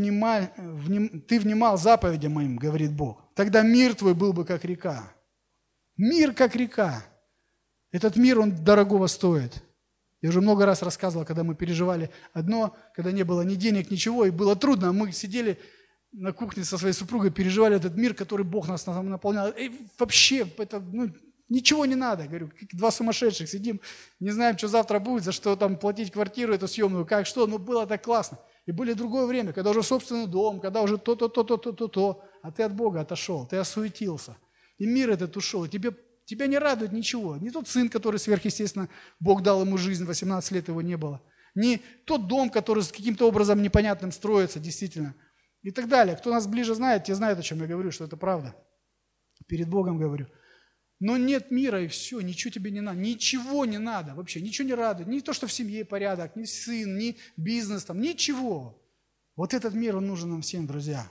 ты внимал заповедям моим, говорит Бог, тогда мир твой был бы как река». Мир как река. Этот мир, он дорогого стоит. Я уже много раз рассказывал, когда мы переживали одно, когда не было ни денег, ничего, и было трудно. Мы сидели на кухне со своей супругой, переживали этот мир, который Бог нас наполнял. И вообще, это, ничего не надо. Говорю, как два сумасшедших сидим, не знаем, что завтра будет, за что там платить квартиру эту съемную, как что. Но было так классно. И было другое время, когда уже собственный дом, когда уже то, а ты от Бога отошел, ты осуетился. И мир этот ушел, и тебя не радует ничего. Не тот сын, который сверхъестественно, Бог дал ему жизнь, 18 лет его не было. Не тот дом, который с каким-то образом непонятным строится, действительно. И так далее. Кто нас ближе знает, те знают, о чем я говорю, что это правда. Перед Богом говорю. Но нет мира, и все, ничего тебе не надо. Ничего не надо вообще, ничего не радует. Не то, что в семье порядок, ни сын, ни бизнес, там, ничего. Вот этот мир, он нужен нам всем, друзья.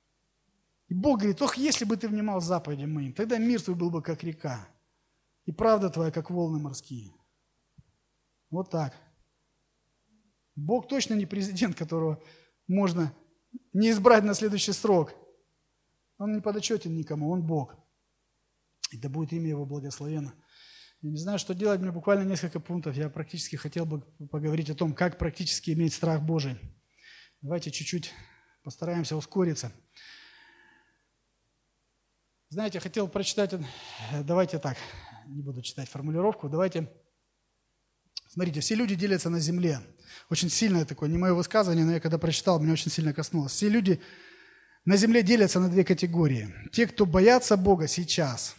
И Бог говорит, ох, если бы ты внимал заповедям моим, тогда мир твой был бы как река, и правда твоя, как волны морские. Вот так. Бог точно не президент, которого можно не избрать на следующий срок. Он не подотчетен никому, он Бог. И да будет имя Его благословенно. Я не знаю, что делать, у меня буквально несколько пунктов. Я практически хотел бы поговорить о том, как практически иметь страх Божий. Давайте чуть-чуть постараемся ускориться. Знаете, я хотел прочитать, давайте так, не буду читать формулировку, давайте, смотрите, все люди делятся на земле. Очень сильное такое, не мое высказывание, но я когда прочитал, меня очень сильно коснулось. Все люди на земле делятся на две категории. Те, кто боятся Бога сейчас,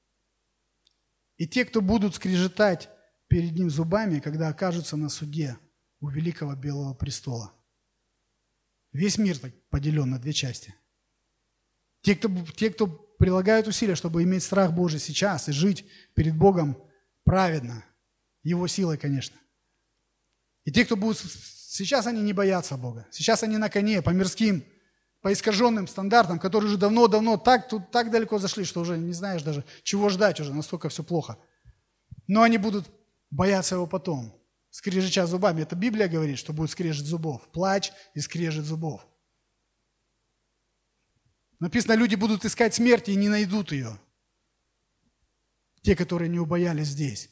и те, кто будут скрежетать перед Ним зубами, когда окажутся на суде у великого Белого престола. Весь мир так поделен на две части. Те, кто прилагают усилия, чтобы иметь страх Божий сейчас и жить перед Богом праведно, Его силой, конечно. И те, кто будут Сейчас они не боятся Бога. Сейчас они на коне, по мирским, по искаженным стандартам, которые уже давно-давно так далеко зашли, что уже не знаешь даже, чего ждать уже, настолько все плохо. Но они будут бояться его потом, скрежеща зубами. Это Библия говорит, что будет скрежет зубов. Плач и скрежет зубов. Написано, люди будут искать смерти и не найдут ее. Те, которые не убоялись здесь.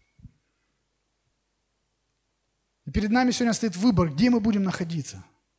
И перед нами сегодня стоит выбор, где мы будем находиться.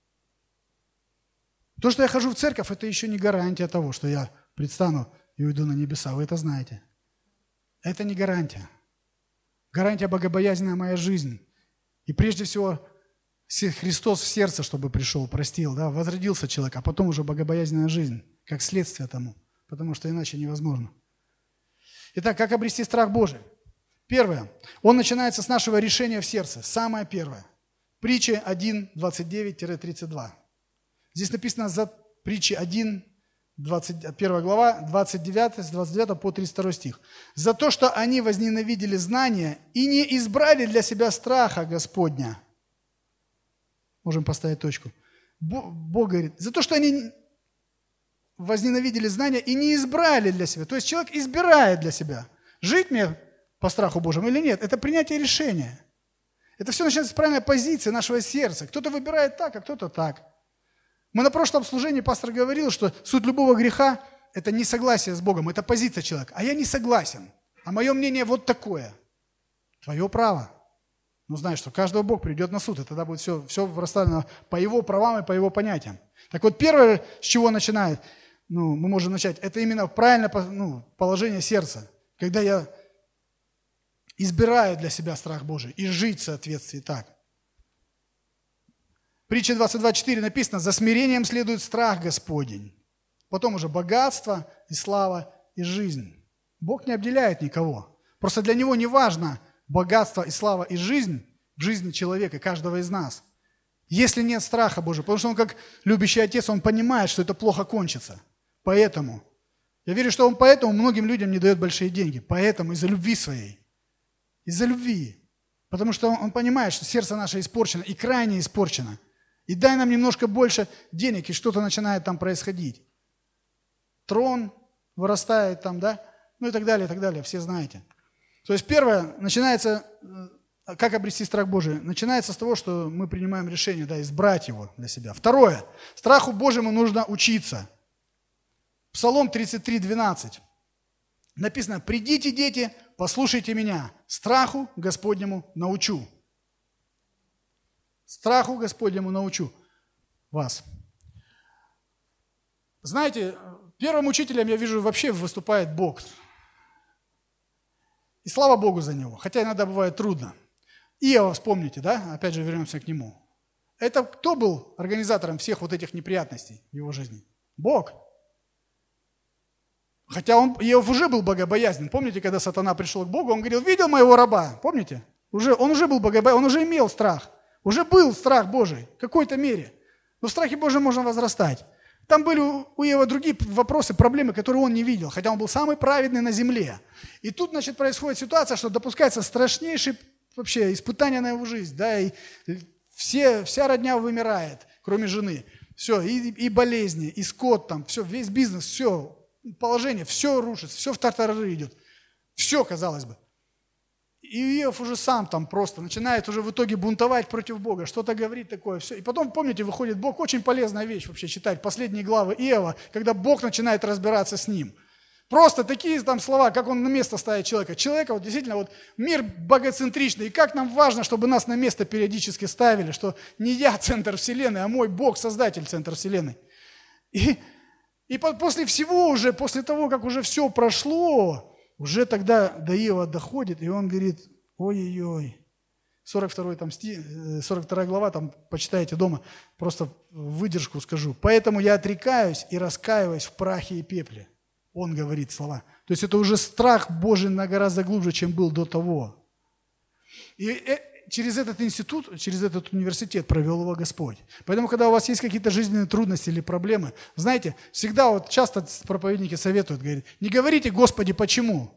То, что я хожу в церковь, это еще не гарантия того, что я предстану и уйду на небеса. Вы это знаете. Это не гарантия. Гарантия богобоязненная моя жизнь. И прежде всего Христос в сердце, чтобы пришел, простил, да, возродился человек, а потом уже богобоязненная жизнь, как следствие тому, потому что иначе невозможно. Итак, как обрести страх Божий? Первое. Он начинается с нашего решения в сердце. Самое первое. Притча 1, 29-32. Здесь написано за притчи 1, 1 глава, 29, с 29 по 32 стих. «За то, что они возненавидели знания и не избрали для себя страха Господня». Можем поставить точку. Бог говорит, за то, что они возненавидели знания и не избрали для себя. То есть человек избирает для себя, жить мне по страху Божьему или нет. Это принятие решения. Это все начинается с правильной позиции нашего сердца. Кто-то выбирает так, а кто-то так. Мы на прошлом служении пастор говорил, что суть любого греха – это несогласие с Богом, это позиция человека. А я не согласен, а мое мнение вот такое. Твое право. Но знаешь, что каждого Бог придет на суд, и тогда будет все расставлено по его правам и по его понятиям. Так вот, первое, с чего начинает, мы можем начать, это именно правильное положение сердца, когда я избираю для себя страх Божий и жить в соответствии так. Притча 22:4 написано, «За смирением следует страх Господень, потом уже богатство и слава и жизнь». Бог не обделяет никого. Просто для Него не важно богатство и слава и жизнь в жизни человека, каждого из нас, если нет страха Божьего. Потому что Он, как любящий отец, Он понимает, что это плохо кончится. Поэтому, я верю, что Он поэтому многим людям не дает большие деньги. Поэтому, из-за любви своей. Из-за любви. Потому что Он понимает, что сердце наше испорчено и крайне испорчено. И дай нам немножко больше денег, и что-то начинает там происходить. Трон вырастает там, да? Ну и так далее, все знаете. То есть первое, начинается, как обрести страх Божий? Начинается с того, что мы принимаем решение, да, избрать его для себя. Второе, страху Божьему нужно учиться. Псалом 33:12. Написано, «Придите, дети, послушайте меня, страху Господнему научу». Страху Господнему научу вас. Знаете, первым учителем, я вижу, вообще выступает Бог. И слава Богу за него, хотя иногда бывает трудно. Иова, вспомните, да? Опять же вернемся к нему. Это кто был организатором всех вот этих неприятностей в его жизни? Бог. Хотя Иов уже был богобоязнен. Помните, когда сатана пришел к Богу, он говорил, видел моего раба? Помните? Он уже был богобоязнен, он уже имел страх. Уже был страх Божий в какой-то мере. Но в страхе Божьем можно возрастать. Там были у Иова другие вопросы, проблемы, которые он не видел, хотя он был самый праведный на земле. И тут, значит, происходит ситуация, что допускается страшнейшее вообще испытание на его жизнь. Да, и вся родня вымирает, кроме жены. Все, и болезни, и скот там, все, весь бизнес, все, положение, все рушится, все в тартарары идет. Все, казалось бы. И Иов уже сам там просто начинает уже в итоге бунтовать против Бога, что-то говорит такое, все. И потом, помните, выходит Бог, очень полезная вещь вообще читать последние главы Иова, когда Бог начинает разбираться с ним. Просто такие там слова, как он на место ставит человека. Человека, вот действительно, вот мир богоцентричный, и как нам важно, чтобы нас на место периодически ставили, что не я центр вселенной, а мой Бог, создатель центр вселенной. И после всего уже, после того, как уже все прошло, уже тогда до Иова доходит, и он говорит, ой-ой-ой, 42 глава, там почитайте дома, просто выдержку скажу. «Поэтому я отрекаюсь и раскаиваюсь в прахе и пепле». Он говорит слова. То есть это уже страх Божий гораздо глубже, чем был до того. И через этот институт, через этот университет провел его Господь. Поэтому, когда у вас есть какие-то жизненные трудности или проблемы, знаете, всегда вот часто проповедники советуют, говорят, не говорите, Господи, почему?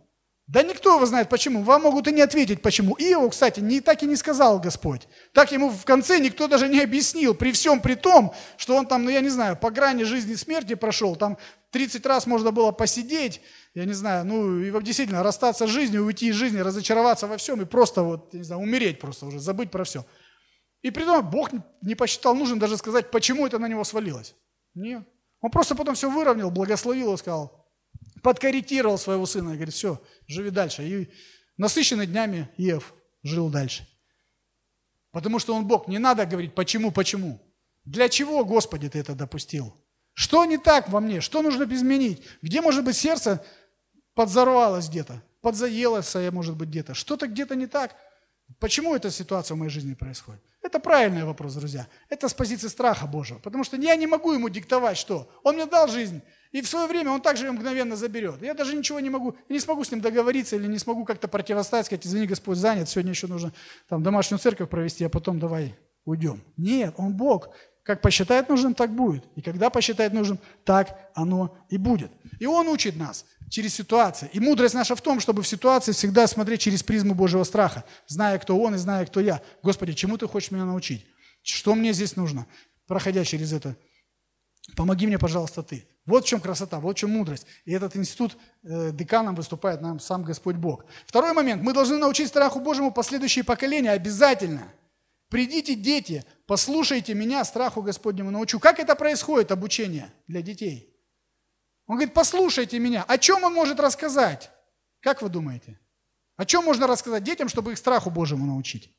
Да никто его знает почему. Вам могут и не ответить почему. Иову, кстати, так и не сказал Господь. Так ему в конце никто даже не объяснил. При всем при том, что он там, я не знаю, по грани жизни и смерти прошел. Там 30 раз можно было посидеть, я не знаю, и действительно расстаться с жизнью, уйти из жизни, разочароваться во всем и просто умереть просто уже, забыть про все. И при том Бог не посчитал нужным даже сказать, почему это на него свалилось. Нет. Он просто потом все выровнял, благословил его, сказал, подкорректировал своего сына и говорит, все, живи дальше. И насыщенный днями Иов жил дальше. Потому что он Бог. Не надо говорить, почему. Для чего, Господи, ты это допустил? Что не так во мне? Что нужно изменить? Где, может быть, сердце подзорвалось где-то? Подзаелось, может быть, где-то? Что-то где-то не так? Почему эта ситуация в моей жизни происходит? Это правильный вопрос, друзья. Это с позиции страха Божьего. Потому что я не могу ему диктовать, что. Он мне дал жизнь. И в свое время он также ее мгновенно заберет. Я даже ничего не могу, я не смогу с ним договориться или не смогу как-то противостоять, сказать, извини, Господь занят, сегодня еще нужно домашнюю церковь провести, а потом давай уйдем. Нет, он Бог. Как посчитает нужным, так будет. И когда посчитает нужным, так оно и будет. И он учит нас через ситуации. И мудрость наша в том, чтобы в ситуации всегда смотреть через призму Божьего страха, зная, кто он и зная, кто я. Господи, чему ты хочешь меня научить? Что мне здесь нужно, проходя через это? Помоги мне, пожалуйста, ты. Вот в чем красота, вот в чем мудрость. И этот институт деканом выступает нам сам Господь Бог. Второй момент. Мы должны научить страху Божьему последующие поколения обязательно. Придите, дети, послушайте меня, страху Господнему научу. Как это происходит, обучение для детей? Он говорит, послушайте меня. О чем он может рассказать? Как вы думаете? О чем можно рассказать детям, чтобы их страху Божьему научить?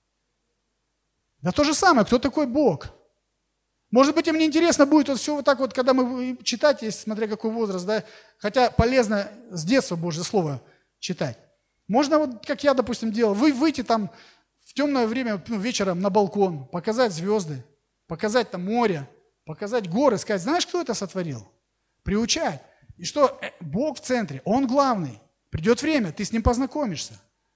Да то же самое, кто такой Бог? Может быть, им не интересно будет все вот так вот, когда мы читать, смотря какой возраст, да, хотя полезно с детства Божье Слово читать. Можно вот, как я, допустим, делал, выйти там в темное время, вечером на балкон, показать звезды, показать там море, показать горы, сказать, знаешь, кто это сотворил? Приучать. И что Бог в центре, Он главный. Придет время, ты с Ним познакомишься.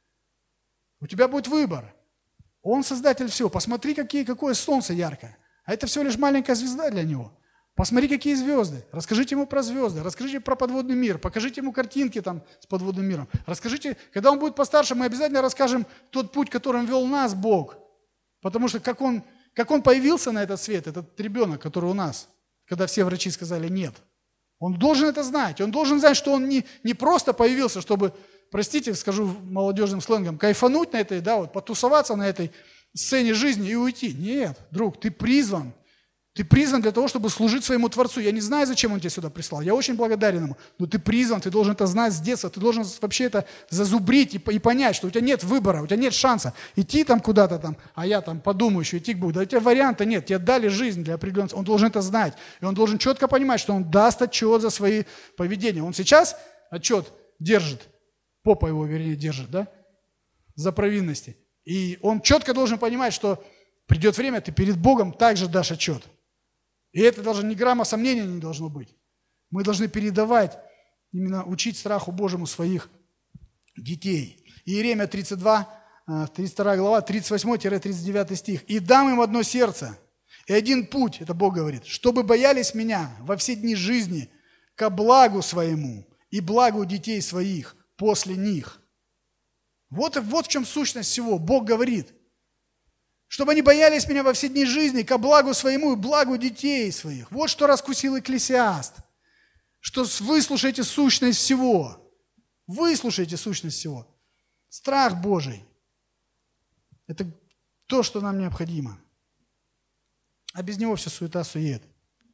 У тебя будет выбор. Он создатель всего. Посмотри, какое солнце яркое. А это всего лишь маленькая звезда для него. Посмотри, какие звезды. Расскажите ему про звезды, расскажите про подводный мир, покажите ему картинки там с подводным миром. Расскажите, когда он будет постарше, мы обязательно расскажем тот путь, которым вел нас Бог. Потому что как он появился на этот свет, этот ребенок, который у нас, когда все врачи сказали нет. Он должен это знать. Он должен знать, что он не просто появился, чтобы, простите, скажу молодежным сленгом, кайфануть на этой, потусоваться на этой сцене жизни и уйти. Нет, друг, ты призван. Ты призван для того, чтобы служить своему Творцу. Я не знаю, зачем Он тебя сюда прислал. Я очень благодарен Ему. Но ты призван, ты должен это знать с детства. Ты должен вообще это зазубрить и понять, что у тебя нет выбора, у тебя нет шанса идти там куда-то там, а я там подумаю еще, идти к Богу. Да у тебя варианта нет. Тебе дали жизнь для определенного. Он должен это знать. И он должен четко понимать, что он даст отчет за свои поведения. Он сейчас отчет держит, попа его, вернее, держит, да, за провинности. И он четко должен понимать, что придет время, ты перед Богом также дашь отчет. И это даже ни грамма сомнения не должно быть. Мы должны передавать, именно учить страху Божьему своих детей. Иеремия 32 глава, 38-39 стих. «И дам им одно сердце, и один путь, это Бог говорит, чтобы боялись меня во все дни жизни ко благу своему и благу детей своих после них». Вот в чем сущность всего. Бог говорит, чтобы они боялись меня во все дни жизни, ко благу своему и благу детей своих. Вот что раскусил Экклесиаст. Что выслушайте сущность всего. Выслушайте сущность всего. Страх Божий. Это то, что нам необходимо. А без него все суета-сует.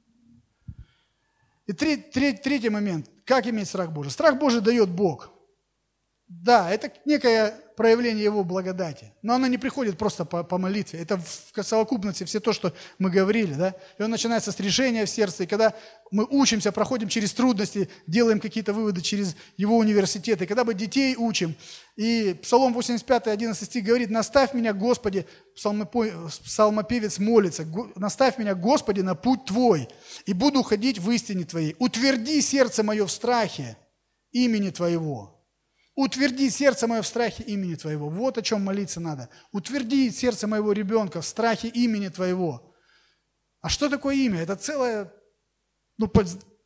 И третий момент. Как иметь страх Божий? Страх Божий дает Бог. Да, это некое проявление Его благодати. Но оно не приходит просто по молитве. Это в совокупности все то, что мы говорили. Да? И он начинается с решения в сердце. И когда мы учимся, проходим через трудности, делаем какие-то выводы через Его университеты. Когда мы детей учим. И Псалом 85, 11 стих говорит, «Наставь меня, Господи», псалмопевец молится, «Наставь меня, Господи, на путь Твой, и буду ходить в истине Твоей. Утверди сердце мое в страхе имени Твоего». Утверди сердце мое в страхе имени Твоего. Вот о чем молиться надо. Утверди сердце моего ребенка в страхе имени Твоего. А что такое имя? Это целое,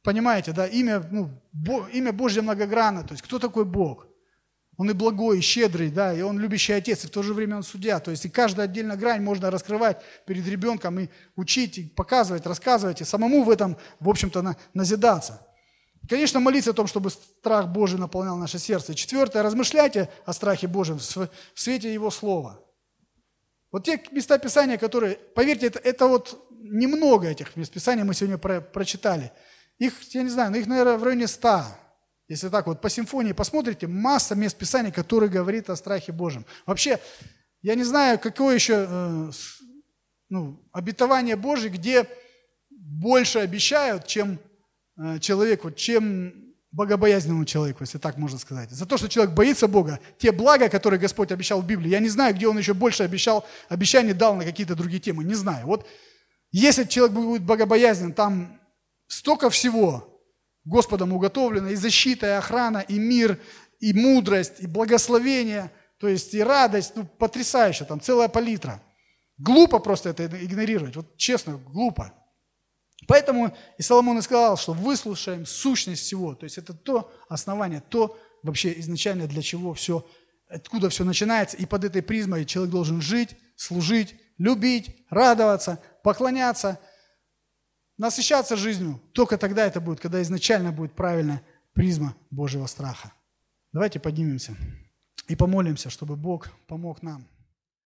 понимаете, да, имя Божье многогранно. То есть кто такой Бог? Он и благой, и щедрый, да, и Он любящий Отец, и в то же время Он судья. То есть и каждую отдельную грань можно раскрывать перед ребенком и учить, и показывать, рассказывать, и самому в этом, в общем-то, назидаться. Конечно, молиться о том, чтобы страх Божий наполнял наше сердце. И четвертое, размышляйте о страхе Божьем в свете Его Слова. Вот те места Писания, которые, поверьте, это вот немного этих мест Писания мы сегодня прочитали. Их, я не знаю, но их, наверное, в районе 100. Если так вот по симфонии посмотрите, масса мест Писания, которые говорит о страхе Божьем. Вообще, я не знаю, какое еще обетование Божье, где больше обещают, чем человеку, чем богобоязненному человеку, если так можно сказать. За то, что человек боится Бога, те блага, которые Господь обещал в Библии, я не знаю, где Он еще больше обещаний дал на какие-то другие темы, не знаю. Вот если человек будет богобоязнен, там столько всего Господом уготовлено, и защита, и охрана, и мир, и мудрость, и благословение, то есть и радость, потрясающе, там целая палитра. Глупо просто это игнорировать, вот честно, глупо. Поэтому и Соломон и сказал, что выслушаем сущность всего, то есть это то основание, то вообще изначально для чего все, откуда все начинается, и под этой призмой человек должен жить, служить, любить, радоваться, поклоняться, насыщаться жизнью. Только тогда это будет, когда изначально будет правильная призма Божьего страха. Давайте поднимемся и помолимся, чтобы Бог помог нам.